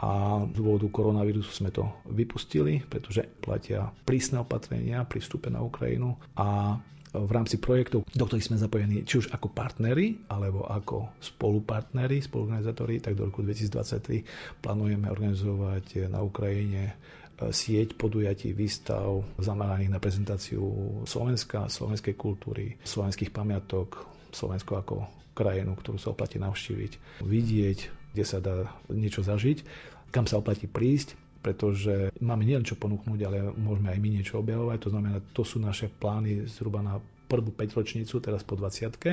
a z dôvodu koronavírusu sme to vypustili, pretože platia prísne opatrenia pri vstupe na Ukrajinu a v rámci projektov, do ktorých sme zapojení či už ako partneri, alebo ako spolupartneri, spoluorganizátori, tak do roku dvetisícdvadsaťtri plánujeme organizovať na Ukrajine sieť podujatí, výstav zameraných na prezentáciu Slovenska, slovenskej kultúry, slovenských pamiatok, Slovensko ako krajinu, ktorú sa oplatí navštíviť, vidieť, kde sa dá niečo zažiť, kam sa oplatí prísť, pretože máme nielen čo ponúknuť, ale môžeme aj my niečo objavovať. To znamená, to sú naše plány zhruba na prvú päťročnicu, teraz po dvadsiatke.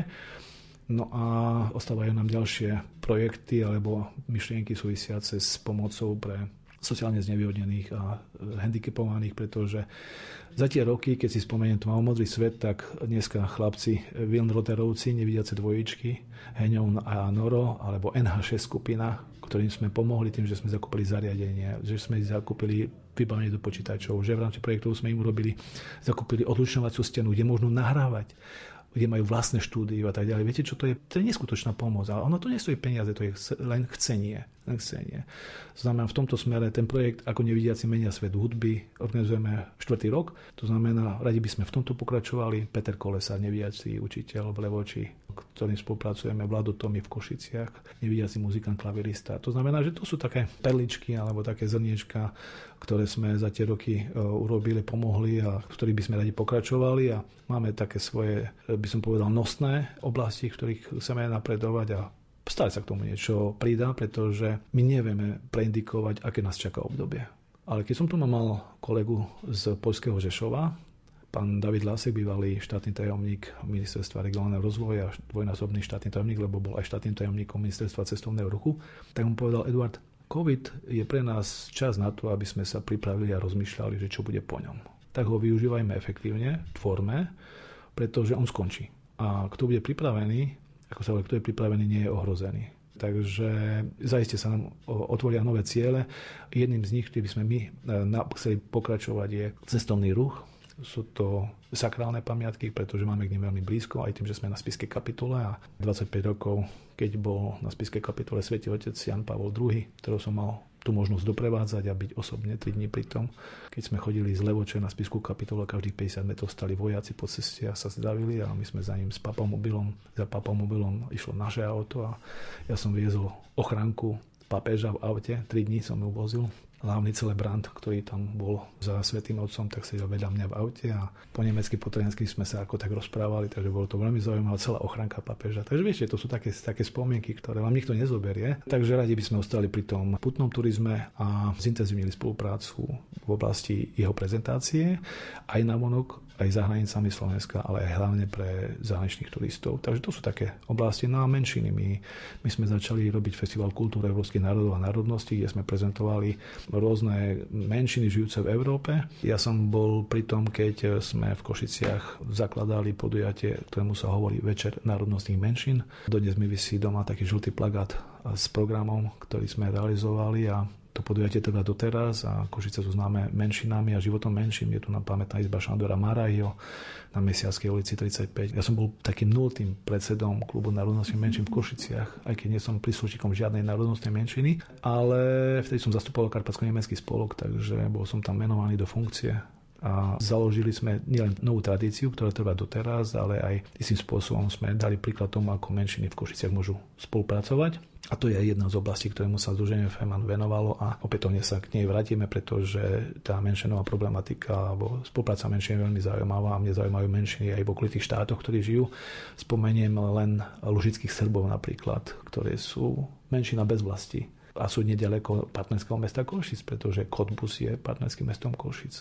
No a ostávajú nám ďalšie projekty alebo myšlienky súvisiace s pomocou pre sociálne znevýhodnených a handicapovaných, pretože za tie roky, keď si spomeniem tmavomodrý svet, tak dneska chlapci Wilnroterovci, nevidiace dvojičky, Heňov a Noro, alebo en há šesť skupina, ktorým sme pomohli tým, že sme zakúpili zariadenie, že sme zakúpili vybavenie do počítačov, že v rámci projektov sme im urobili, zakúpili odlučňovacú stenu, kde môžu nahrávať, kde majú vlastné štúdiu a tak ďalej. Viete, čo to je? To je neskutočná pomoc, ale ono to nestojí peniaze, to je len chcenie. Len chcenie. Znamená, v tomto smere ten projekt Ako nevidiaci menia svet hudby organizujeme štvrtý rok. To znamená, radi by sme v tomto pokračovali. Peter Kolesár, nevidiaci učiteľ v Levoči, ktorým spolupracujeme, Vlado Tomi v Košiciach, nevidiaci muzikant, klavirista. To znamená, že to sú také perličky alebo také zrniečka, ktoré sme za tie roky urobili, pomohli a v ktorých by sme radi pokračovali a máme také svoje, by som povedal, nosné oblasti, v ktorých chceme napredovať a stále sa k tomu niečo pridá, pretože my nevieme preindikovať, aké nás čaká obdobie. Ale keď som tu mal kolegu z poľského Žešova, pán David Lásek, bývalý štátny tajomník Ministerstva regionálneho rozvoja, dvojnásobný štátny tajomník, lebo bol aj štátnym tajomníkom Ministerstva cestovného ruchu, tak mu povedal: Eduard, COVID je pre nás čas na to, aby sme sa pripravili a rozmýšľali, že čo bude po ňom. Tak ho využívajme efektívne, tvorme, pretože on skončí. A kto bude pripravený, ako sa hovorí, kto je pripravený, nie je ohrozený. Takže zaiste sa nám otvoria nové ciele. Jedným z nich, ktorý by sme my chceli pokračovať, je cestovný ruch. Sú to sakrálne pamiatky, pretože máme k nim veľmi blízko, aj tým, že sme na Spišskej kapitule a dvadsaťpäť rokov, keď bol na Spišskej kapitule svätý otec Jan Pavol druhý, ktorého som mal tú možnosť doprevádzať a byť osobne tri dni pri tom. Keď sme chodili z Levoče na Spišskú kapitulu, každých päťdesiat metrov stali vojaci po ceste a sa zdravili a my sme za ním s papamobilom, za papamobilom išlo naše auto a ja som viezol ochránku pápeža v aute, tri dni som ju vozil. Hlavný celebrant, ktorý tam bol za svätým otcom, tak sedel vedľa mňa v aute a po nemecky, po taliansky sme sa ako tak rozprávali, takže bolo to veľmi zaujímavé, celá ochránka pápeža. Takže viete, to sú také, také spomienky, ktoré vám nikto nezoberie. Takže radi by sme ostali pri tom putnom turizme a zintenzívnili spoluprácu v oblasti jeho prezentácie aj navonok aj za hranicami Slovenska, ale aj hlavne pre zahraničných turistov. Takže to sú také oblasti. No a menšiny. My, my sme začali robiť Festival kultúry európskych národov a národností, kde sme prezentovali rôzne menšiny žijúce v Európe. Ja som bol pri tom, keď sme v Košiciach zakladali podujatie, ktorému sa hovorí Večer národnostných menšín. Dodnes mi visí doma taký žltý plagát s programom, ktorý sme realizovali a to podujatie trvá doteraz a Košice sú známe menšinami a životom menšín. Je tu na pamätná izba Šandora Marajho na Mesiarskej ulici tridsaťpäť. Ja som bol takým nultým predsedom klubu národnostných menšín v Košiciach, aj keď nie som príslušníkom žiadnej národnostnej menšiny, ale vtedy som zastupoval Karpatsko-nemecký spolok, takže bol som tam menovaný do funkcie. A založili sme nielen novú tradíciu, ktorá trvá doteraz, ale aj istým spôsobom sme dali príklad tomu, ako menšiny v Košiciach môžu spolupracovať. A to je jedna z oblastí, ktorému sa Združenie FEMAN venovalo a opätovne sa k nej vrátime, pretože tá menšinová problematika alebo spolupráca menšín je veľmi zaujímavá a mne zaujímajú menšiny aj v okolitých štátoch, ktorí žijú. Spomeniem len lužických Srbov napríklad, ktoré sú menšina bez vlasti a sú nedaleko partnerského mesta Košic, pretože Cottbus je partnerským mestom Košic.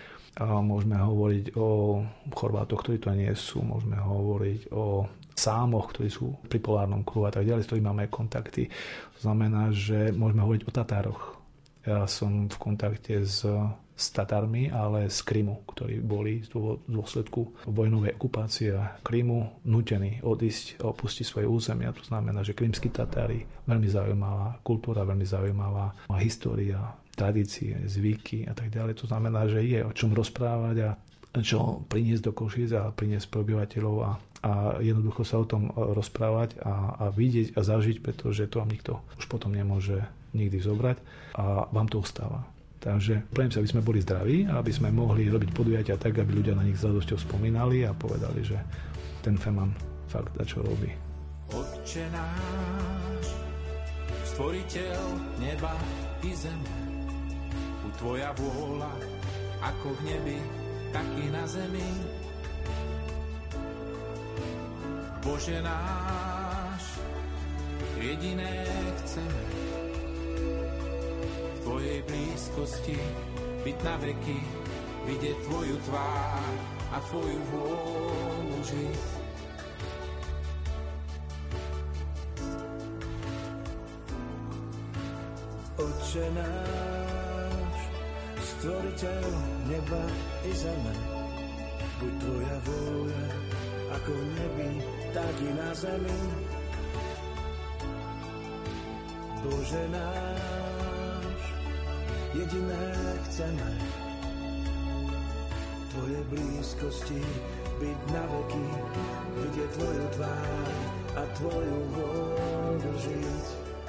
A môžeme hovoriť o Chorvátoch, ktorí tu nie sú, môžeme hovoriť o Sámoch, ktorí sú pri polárnom kruhu a tak ďalej, s ktorými máme kontakty. To znamená, že môžeme hovoriť o Tatároch. Ja som v kontakte s, s Tatármi, ale z Krymu, ktorí boli z dôsledku vojnovej okupácie Krymu nútení odísť a opustiť svoje územia. To znamená, že krymskí Tatári, veľmi zaujímavá kultúra, veľmi zaujímavá história, tradície, zvyky a tak ďalej. To znamená, že je o čom rozprávať a čo priniesť do Košíc a priniesť pre obyvateľov a, a jednoducho sa o tom rozprávať a, a vidieť a zažiť, pretože to vám nikto už potom nemôže nikdy zobrať a vám to ostáva. Takže prajem sa, aby sme boli zdraví a aby sme mohli robiť podujatia tak, aby ľudia na nich s radosťou spomínali a povedali, že ten FEMAN fakt a čo robí. Otče náš, stvoriteľ neba i zeme, u tvoja vôľa, ako v nebi, tak i na zemi. Bože náš, jediné chceme v tvojej blízkosti byť na veky, vidieť tvoju tvár a tvoju vôľu žiť. Otče náš, stvoriteľ neba i zeme, buď tvoja vôľa, ako v nebi, tak i na zemi. Bože náš, jediné chceme v tvojej blízkosti byť na veky, vidieť tvoju tvár a tvoju vôľu žiť.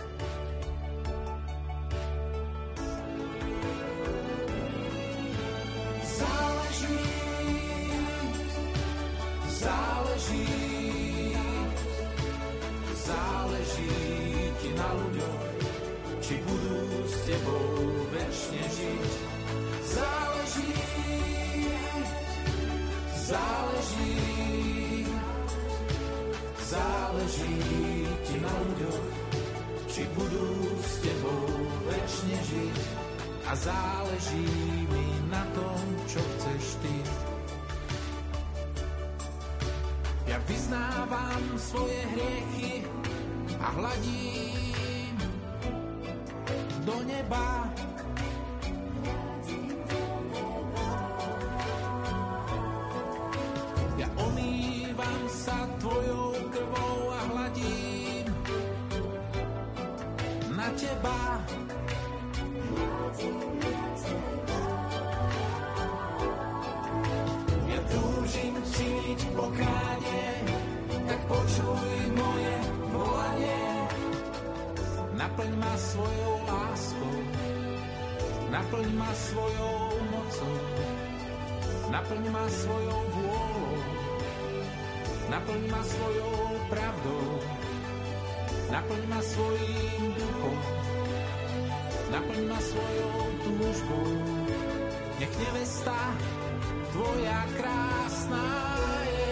Záleží mi na tom, čo chceš ty. Ja vyznávam svoje hriechy a hladím do neba. Ja omývam sa tvojou krvou a hladím na teba. Ja túžim cítiť pokánie, tak počuj moje volanie. Naplň ma svojou láskou, naplň ma svojou mocou, naplň ma svojou vôľou, naplň ma svojou pravdou, naplň ma svojím duchom, naplň ma svojou túžbou. Nech nevesta tvoja krásna je.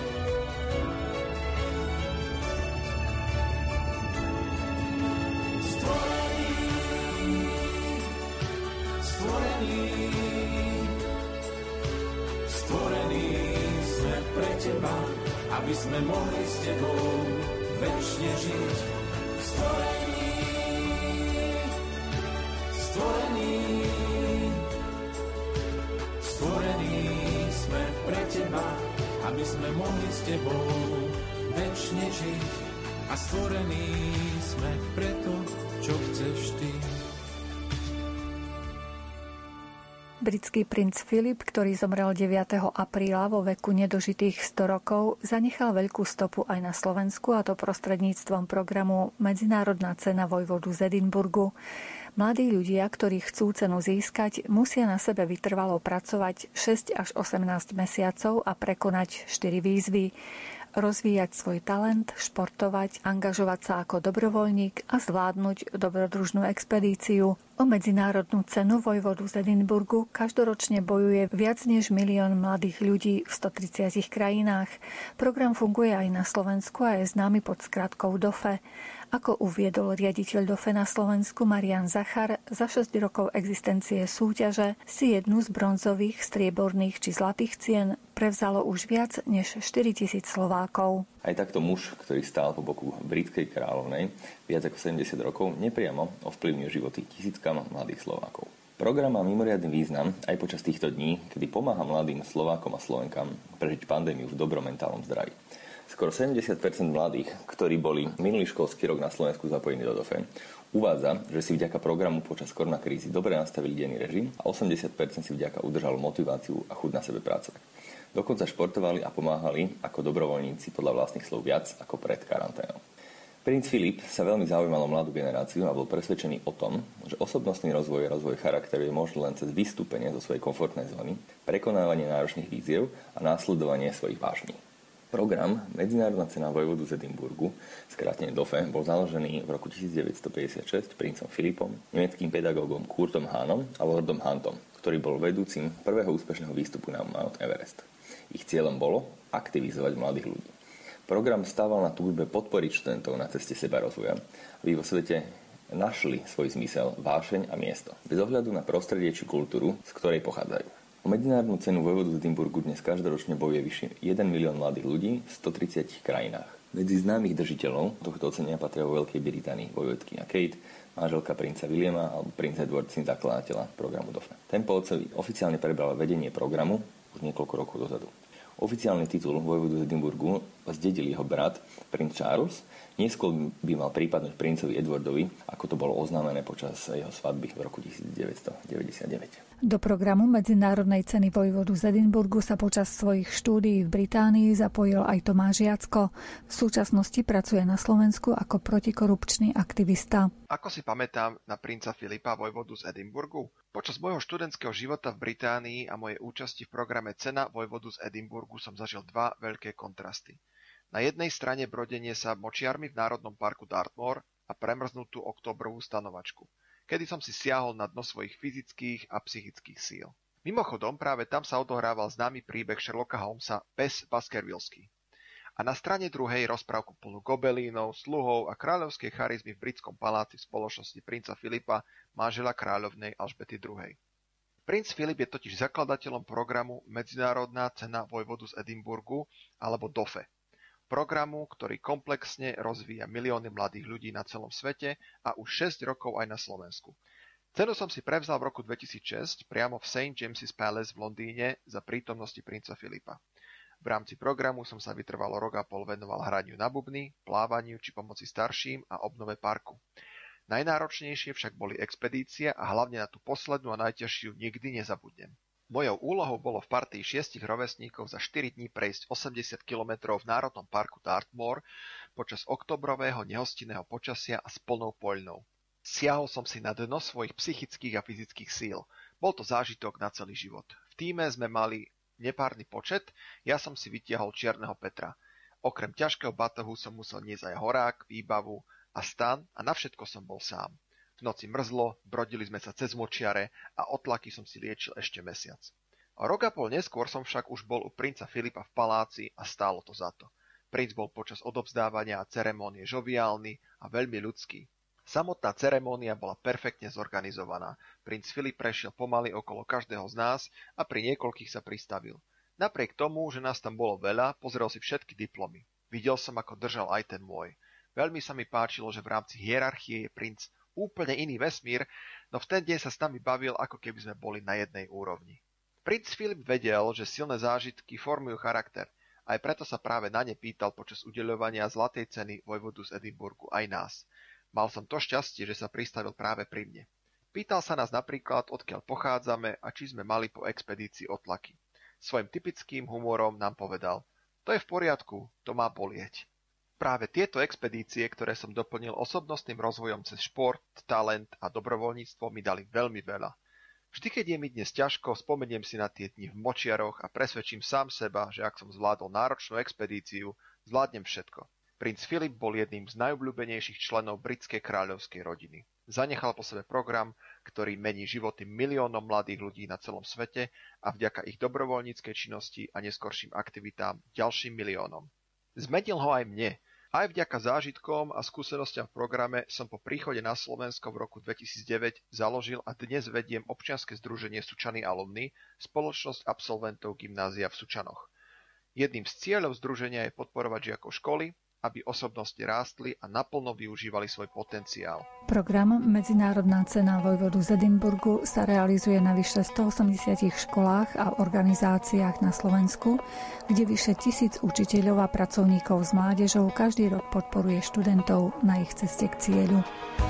Stvorený, stvorený, stvorený aby sme mohli s tebou večne žiť. Stvorení, stvorení, stvorení sme pre teba, aby sme mohli s tebou večne žiť. A stvorení sme pre to, čo chceš ty. Britský princ Filip, ktorý zomrel deviateho apríla vo veku nedožitých sto rokov, zanechal veľkú stopu aj na Slovensku, a to prostredníctvom programu Medzinárodná cena vojvodu z Edinburgu. Mladí ľudia, ktorí chcú cenu získať, musia na sebe vytrvalo pracovať šesť až osemnásť mesiacov a prekonať štyri výzvy. Rozvíjať svoj talent, športovať, angažovať sa ako dobrovoľník a zvládnuť dobrodružnú expedíciu. O medzinárodnú cenu vojvodu z Edinburgu každoročne bojuje viac než milión mladých ľudí v stotridsiatich krajinách. Program funguje aj na Slovensku a je známy pod skratkou D O F E. Ako uviedol riaditeľ D O F E na Slovensku Marian Zachar, za šesť rokov existencie súťaže si jednu z bronzových, strieborných či zlatých cien prevzalo už viac než štyritisíc Slovákov. Aj takto muž, ktorý stál po boku britskej kráľovnej viac ako sedemdesiat rokov, nepriamo ovplyvňuje životy tisíckam mladých Slovákov. Program má mimoriadny význam aj počas týchto dní, kedy pomáha mladým Slovákom a Slovenkám prežiť pandémiu v dobrom mentálnom zdraví. Skoro sedemdesiat percent mladých, ktorí boli minulý školský rok na Slovensku zapojení do D O F E, uvádza, že si vďaka programu počas koronakrízy dobre nastavili denný režim a osemdesiat percent si vďaka udržalo motiváciu a chuť na sebe pracovať. Dokonca športovali a pomáhali ako dobrovoľníci podľa vlastných slov viac ako pred karanténou. Princ Filip sa veľmi zaujímal o mladú generáciu a bol presvedčený o tom, že osobnostný rozvoj a rozvoj charakteru je možný len cez vystúpenie zo svojej komfortnej zóny, prekonávanie náročných víziev a následovanie svojich vášní. Program Medzinárodná cena vojvodu z Edinburgu, skrátene D O F E, bol založený v roku devätnásťstopäťdesiatšesť princom Filipom, nemeckým pedagógom Kurtom Hahnom a Lordom Huntom, ktorý bol vedúcim prvého úspešného výstupu na Mount Everest. Ich cieľom bolo aktivizovať mladých ľudí. Program stával na túžbe podporiť študentov na ceste seba rozvoja, aby vo svete našli svoj zmysel, vášeň a miesto, bez ohľadu na prostredie či kultúru, z ktorej pochádzajú. O medzinárodnú cenu vojvodu z Edinburgu dnes každoročne bojuje vyše jeden milión mladých ľudí v stotridsiatich krajinách. Medzi známych držiteľov tohto ocenenia patria vo Veľkej Británii vojvodkyňa Kate, manželka princa Williama alebo princ Edward, syn zakladateľa programu D O F E. Ten po otcovi oficiálne prebral vedenie programu už niekoľko rokov dozadu. Oficiálny titul vojvodu z Edinburgu zdedil jeho brat, princ Charles, neskôr by mal prípadnúť princovi Edwardovi, ako to bolo oznámené počas jeho svadby v roku devätnásťstodeväťdesiatdeväť. Do programu Medzinárodnej ceny vojvodu z Edinburgu sa počas svojich štúdií v Británii zapojil aj Tomáš Jacko. V súčasnosti pracuje na Slovensku ako protikorupčný aktivista. Ako si pamätám na princa Filipa vojvodu z Edinburgu? Počas môjho študentského života v Británii a mojej účasti v programe Cena vojvodu z Edinburgu som zažil dva veľké kontrasty. Na jednej strane brodenie sa močiarmi v Národnom parku Dartmoor a premrznutú októbrovú stanovačku, kedy som si siahol na dno svojich fyzických a psychických síl. Mimochodom, práve tam sa odohrával známy príbeh Sherlocka Holmesa Pes Baskervillský. A na strane druhej rozprávku plnú gobelínov, sluhov a kráľovskej charizmy v britskom paláci v spoločnosti princa Filipa, manžela kráľovnej Alžbety druhej. Princ Filip je totiž zakladateľom programu Medzinárodná cena vojvodu z Edinburgu alebo D O F E. Programu, ktorý komplexne rozvíja milióny mladých ľudí na celom svete a už šesť rokov aj na Slovensku. Cenu som si prevzal v roku dvetisícšesť priamo v Saint James's Palace v Londýne za prítomnosti princa Filipa. V rámci programu som sa vytrvalo rok a pol venoval hraniu na bubny, plávaniu či pomoci starším a obnove parku. Najnáročnejšie však boli expedície a hlavne na tú poslednú a najťažšiu nikdy nezabudnem. Mojou úlohou bolo v partii šiestich rovesníkov za štyri dní prejsť osemdesiat kilometrov v Národnom parku Dartmoor počas oktobrového nehostinného počasia a s plnou poľnou. Siahol som si na dno svojich psychických a fyzických síl. Bol to zážitok na celý život. V tíme sme mali nepárny počet, ja som si vytiahol čierneho Petra. Okrem ťažkého batohu som musel niesť aj horák, výbavu a stan a na všetko som bol sám. V noci mrzlo, brodili sme sa cez močiare a otlaky som si liečil ešte mesiac. O rok a pol neskôr som však už bol u princa Filipa v paláci a stálo to za to. Princ bol počas odovzdávania a ceremónie žoviálny a veľmi ľudský. Samotná ceremónia bola perfektne zorganizovaná. Princ Filip prešiel pomaly okolo každého z nás a pri niekoľkých sa pristavil. Napriek tomu, že nás tam bolo veľa, pozrel si všetky diplomy. Videl som, ako držal aj ten môj. Veľmi sa mi páčilo, že v rámci hierarchie je princ úplne iný vesmír, no v ten deň sa s nami bavil, ako keby sme boli na jednej úrovni. Princ Filip vedel, že silné zážitky formujú charakter, aj preto sa práve na ne pýtal počas udeľovania zlatej ceny vojvodu z Edinburgu aj nás. Mal som to šťastie, že sa pristavil práve pri mne. Pýtal sa nás napríklad, odkiaľ pochádzame a či sme mali po expedícii otlaky. Svojim typickým humorom nám povedal: to je v poriadku, to má bolieť. Práve tieto expedície, ktoré som doplnil osobnostným rozvojom cez šport, talent a dobrovoľníctvo, mi dali veľmi veľa. Vždy, keď je mi dnes ťažko, spomeniem si na tie dni v Močiaroch a presvedčím sám seba, že ak som zvládol náročnú expedíciu, zvládnem všetko. Princ Filip bol jedným z najobľúbenejších členov britskej kráľovskej rodiny. Zanechal po sebe program, ktorý mení životy miliónom mladých ľudí na celom svete a vďaka ich dobrovoľníckej činnosti a neskorším aktivitám ďalším miliónom. Zmenil ho aj mne. Aj vďaka zážitkom a skúsenostiam v programe som po príchode na Slovensko v roku dvetisícdeväť založil a dnes vediem občianske združenie Sučany Alumni, spoločnosť absolventov gymnázia v Sučanoch. Jedným z cieľov združenia je podporovať žiakov školy, aby osobnosti rástli a naplno využívali svoj potenciál. Program Medzinárodná cena vojvodu z Edinburgu sa realizuje na vyše stoosemdesiat školách a organizáciách na Slovensku, kde vyše tisíc učiteľov a pracovníkov s mládežou každý rok podporuje študentov na ich ceste k cieľu.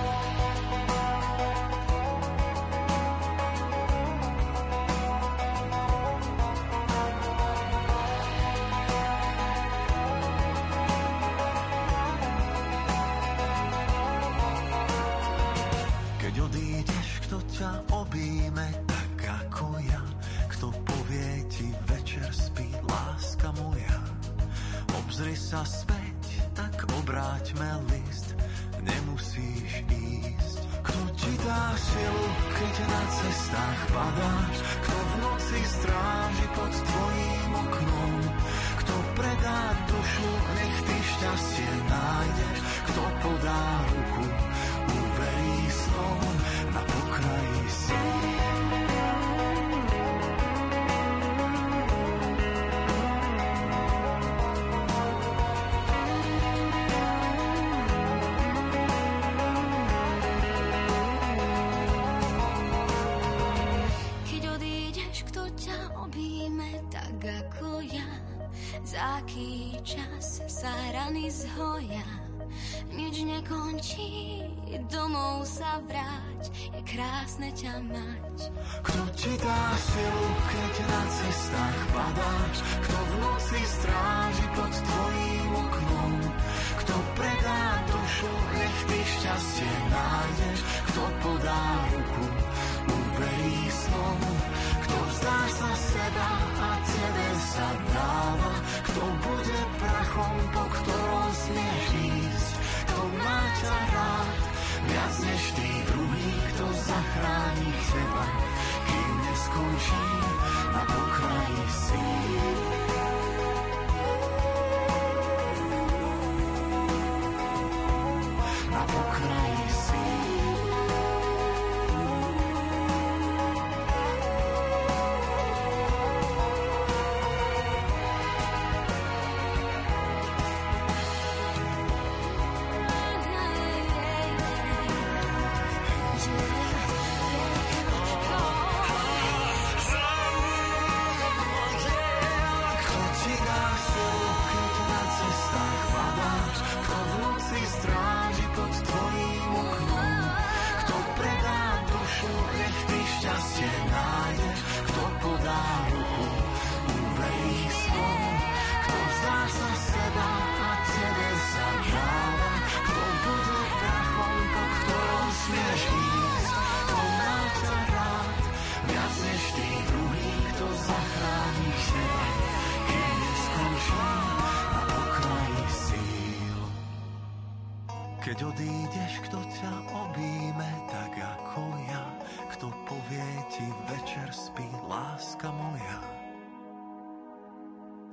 Keď odídeš, kto ťa objíme tak ako ja, kto povie ti večer spí, láska moja.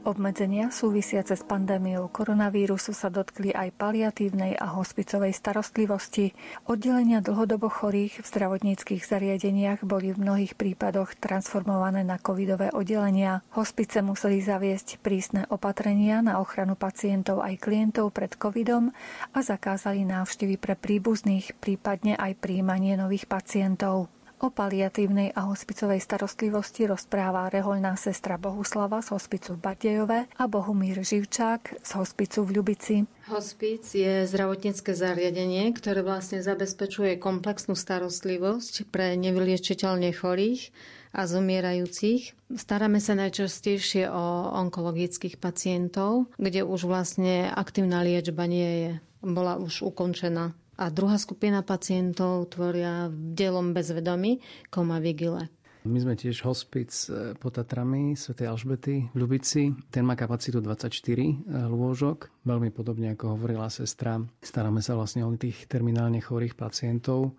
Obmedzenia súvisiace s pandémiou koronavírusu sa dotkli aj paliatívnej a hospicovej starostlivosti. Oddelenia dlhodobo chorých v zdravotníckych zariadeniach boli v mnohých prípadoch transformované na covidové oddelenia. Hospice museli zaviesť prísne opatrenia na ochranu pacientov aj klientov pred covidom a zakázali návštevy pre príbuzných, prípadne aj prijímanie nových pacientov. O paliatívnej a hospicovej starostlivosti rozpráva rehoľná sestra Bohuslava z hospicu v Bardejove a Bohumír Živčák z hospicu v Ľubici. Hospic je zdravotnícke zariadenie, ktoré vlastne zabezpečuje komplexnú starostlivosť pre nevyliečiteľne chorých a zomierajúcich. Staráme sa najčastejšie o onkologických pacientov, kde už vlastne aktívna liečba nie je. Bola už ukončená. A druhá skupina pacientov tvoria v delom bezvedomí koma vigile. My sme tiež hospic pod Tatrami svätej Alžbety v Ľubici. Ten má kapacitu dvadsaťštyri lôžok. Veľmi podobne, ako hovorila sestra, staráme sa vlastne o tých terminálne chorých pacientov.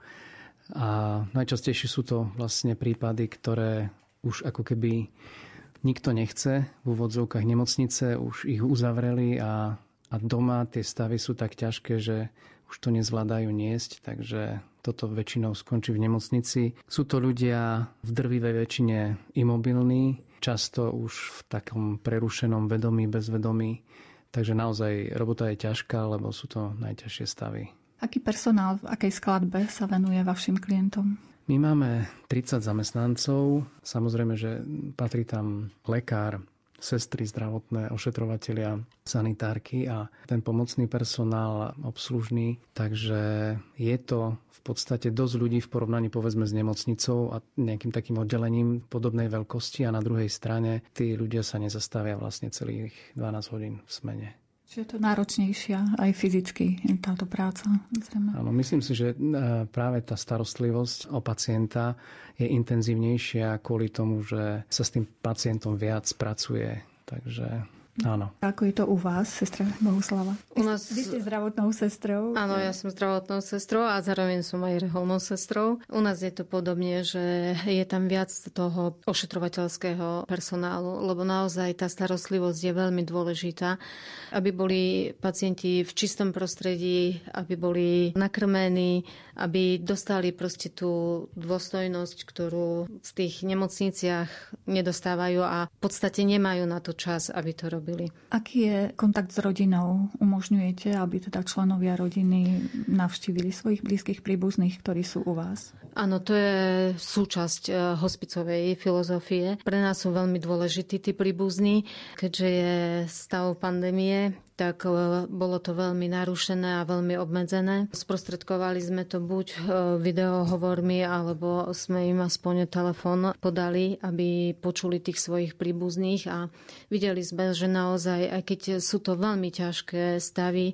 A najčastejšie sú to vlastne prípady, ktoré už ako keby nikto nechce. V úvodzovkách nemocnice už ich uzavreli a, a doma tie stavy sú tak ťažké, že už to nezvládajú niesť, takže toto väčšinou skončí v nemocnici. Sú to ľudia v drvivej väčšine imobilní, často už v takom prerušenom vedomí, bezvedomí. Takže naozaj robota je ťažká, lebo sú to najťažšie stavy. Aký personál v akej skladbe sa venuje vašim klientom? My máme tridsať zamestnancov. Samozrejme, že patrí tam lekár, sestry zdravotné, ošetrovatelia, sanitárky a ten pomocný personál obslužný. Takže je to v podstate dosť ľudí v porovnaní povedzme s nemocnicou a nejakým takým oddelením podobnej veľkosti a na druhej strane tí ľudia sa nezastavia vlastne celých dvanásť hodín v smene. Čiže je to náročnejšia aj fyzicky táto práca? Zrejme. Áno, myslím si, že práve tá starostlivosť o pacienta je intenzívnejšia kvôli tomu, že sa s tým pacientom viac pracuje. Takže áno. Ako je to u vás, sestra Bohuslava? U nás... Vy ste zdravotnou sestrou? Áno, ja som zdravotnou sestrou a zároveň som aj reholnou sestrou. U nás je to podobne, že je tam viac toho ošetrovateľského personálu, lebo naozaj tá starostlivosť je veľmi dôležitá, aby boli pacienti v čistom prostredí, aby boli nakrmení, aby dostali proste tú dôstojnosť, ktorú v tých nemocniciach nedostávajú a v podstate nemajú na to čas, aby to robili. Aký je kontakt s rodinou? Umožňujete, aby teda členovia rodiny navštívili svojich blízkych príbuzných, ktorí sú u vás? Áno, to je súčasť hospicovej filozofie. Pre nás sú veľmi dôležití tí príbuzní, keďže je stav pandémie, tak bolo to veľmi narušené a veľmi obmedzené. Sprostredkovali sme to buď videohovormi, alebo sme im aspoň telefón podali, aby počuli tých svojich príbuzných a videli sme, že naozaj, aj keď sú to veľmi ťažké stavy,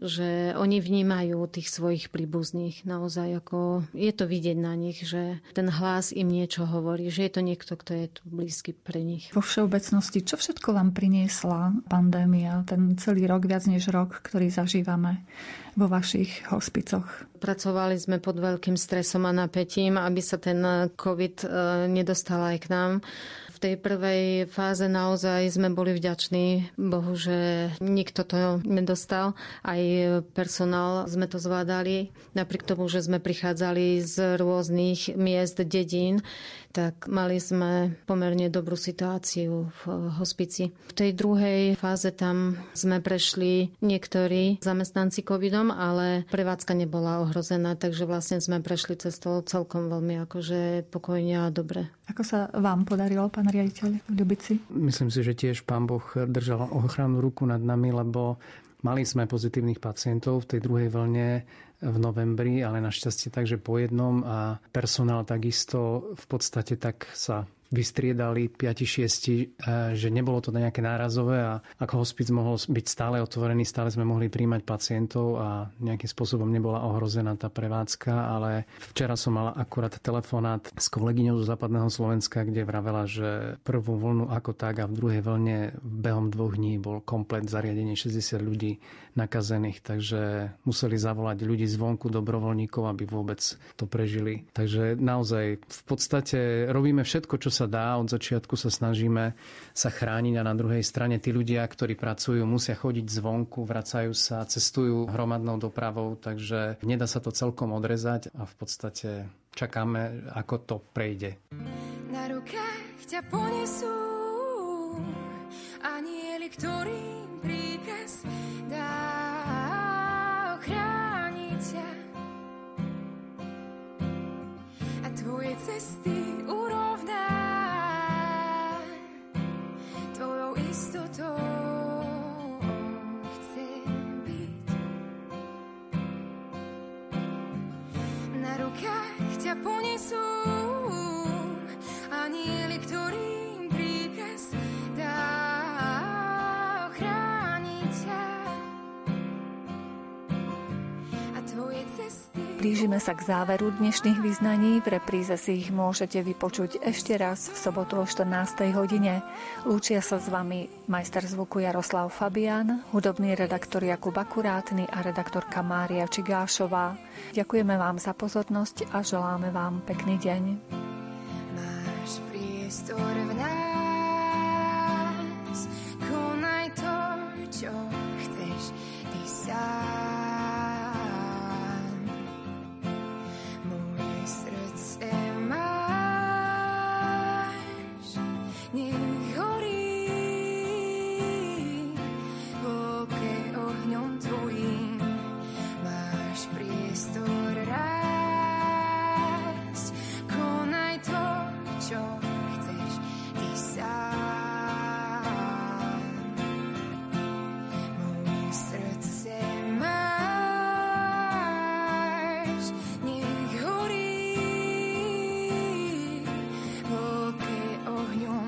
že oni vnímajú tých svojich príbuzných. Naozaj ako je to vidieť na nich, že ten hlas im niečo hovorí, že je to niekto, kto je tu blízky pre nich. Vo všeobecnosti, čo všetko vám priniesla pandémia, ten celý rok, viac než rok, ktorý zažívame vo vašich hospicoch? Pracovali sme pod veľkým stresom a napätím, aby sa ten COVID nedostal aj k nám. V tej prvej fáze naozaj sme boli vďační Bohu, že nikto to nedostal. Aj personál sme to zvládali. Napriek tomu, že sme prichádzali z rôznych miest, dedín, tak mali sme pomerne dobrú situáciu v hospici. V tej druhej fáze tam sme prešli niektorí zamestnanci covidom, ale prevádzka nebola ohrozená, takže vlastne sme prešli cez to celkom veľmi akože pokojne a dobre. Ako sa vám podarilo, pán riaditeľ, v Ľubici? Myslím si, že tiež pán Boh držal ochrannú ruku nad nami, lebo mali sme pozitívnych pacientov v tej druhej vlne v novembri, ale našťastie takže po jednom a personál takisto v podstate tak sa vystriedali päť šesť, že nebolo to nejaké nárazové a ako hospic mohol byť stále otvorený, stále sme mohli príjmať pacientov a nejakým spôsobom nebola ohrozená tá prevádzka, ale včera som mala akurát telefonát s kolegyňou zo západného Slovenska, kde vravela, že prvú vlnu ako tak a v druhej vlne behom dvoch dní bol komplet zariadenie šesťdesiat ľudí nakazených, takže museli zavolať ľudí zvonku, dobrovoľníkov, aby vôbec to prežili. Takže naozaj v podstate robíme všetko, čo sa sa dá. Od začiatku sa snažíme sa chrániť a na druhej strane tí ľudia, ktorí pracujú, musia chodiť zvonku, vracajú sa, cestujú hromadnou dopravou, takže nedá sa to celkom odrezať a v podstate čakáme, ako to prejde. Na rukách ťa ponesú anieli, ktorým príkaz dá ochrániť ťa a tvoje cesty urovná tvojou istotou. Chce byť na rukách ťa ponesú anieli, ktorým príkaz dá ochrániť ťa a tvoje cesty. Blížime sa k záveru dnešných vyznaní. V repríze si ich môžete vypočuť ešte raz v sobotu o štrnástej hodine. Lúčia sa s vami majster zvuku Jaroslav Fabián, hudobný redaktor Jakub Akurátny a redaktorka Mária Čigášová. Ďakujeme vám za pozornosť a želáme vám pekný deň. Máš priestor v nás, konaj to, čo chceš ty sám. Moje srdce máš, nech horí v oke ohňom tvojím. Máš priestor rásť, konaj to, čo chceš ty sám. Moje srdce máš, nech horí v oke ohňom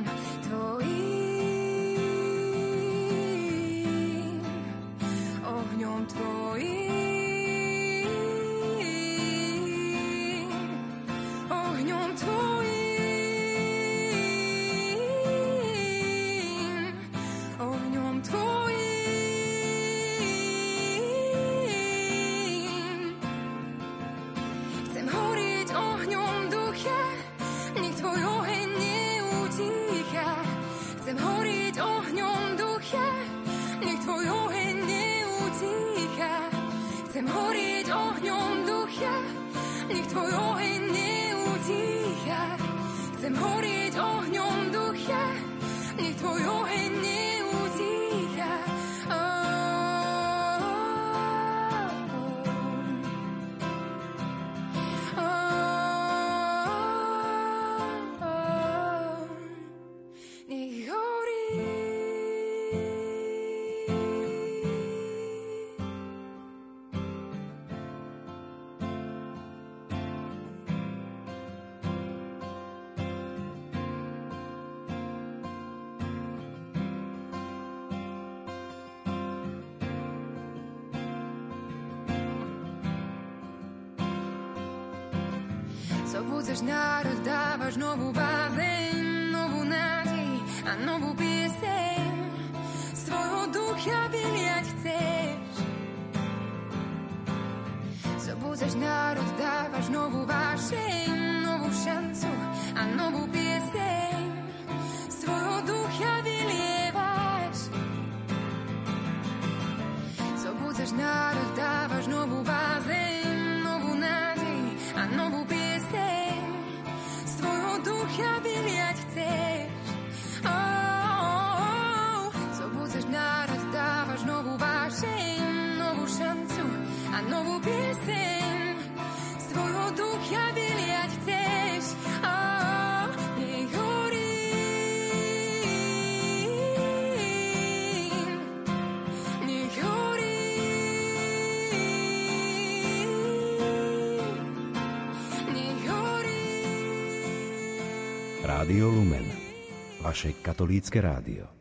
tvojím, ohňom tvojím, ohňom tvojím, ohňom tvojím. Chcem horieť ohňom ducha, nech tvoj oheň neutícha. Chcem horieť ohňom ducha, nech tvoj oheň neutícha. Chcem horieť ohňom ducha, nech tvoj oheň neutícha. Chcem horieť ohňom ducha, nech tvoj oheň neutícha. Oh, oh, oh, oh, nech horí. Zobudzaš národ, dávaš novú bázeň, novú nádej a novú pieseň. Z tvojho ducha vyliať chceš. Zobudzaš národ, dávaš novú vášeň, novú šancu a novú pieseň. Z tvojho ducha vylievaš. Zobudzaš národ, dávaš novú bázeň, novú nádej a novú pieseň. Z tvojho ducha vyliať chceš. Oh, oh, oh. Zobudzaš národ, dávaš novú vášeň, novú šancu a novú pieseň. Z tvojho ducha vyliať chceš. Oh, oh, nech horím, nech horím, nech horím. Rádio Lumen, vaše katolícke rádio.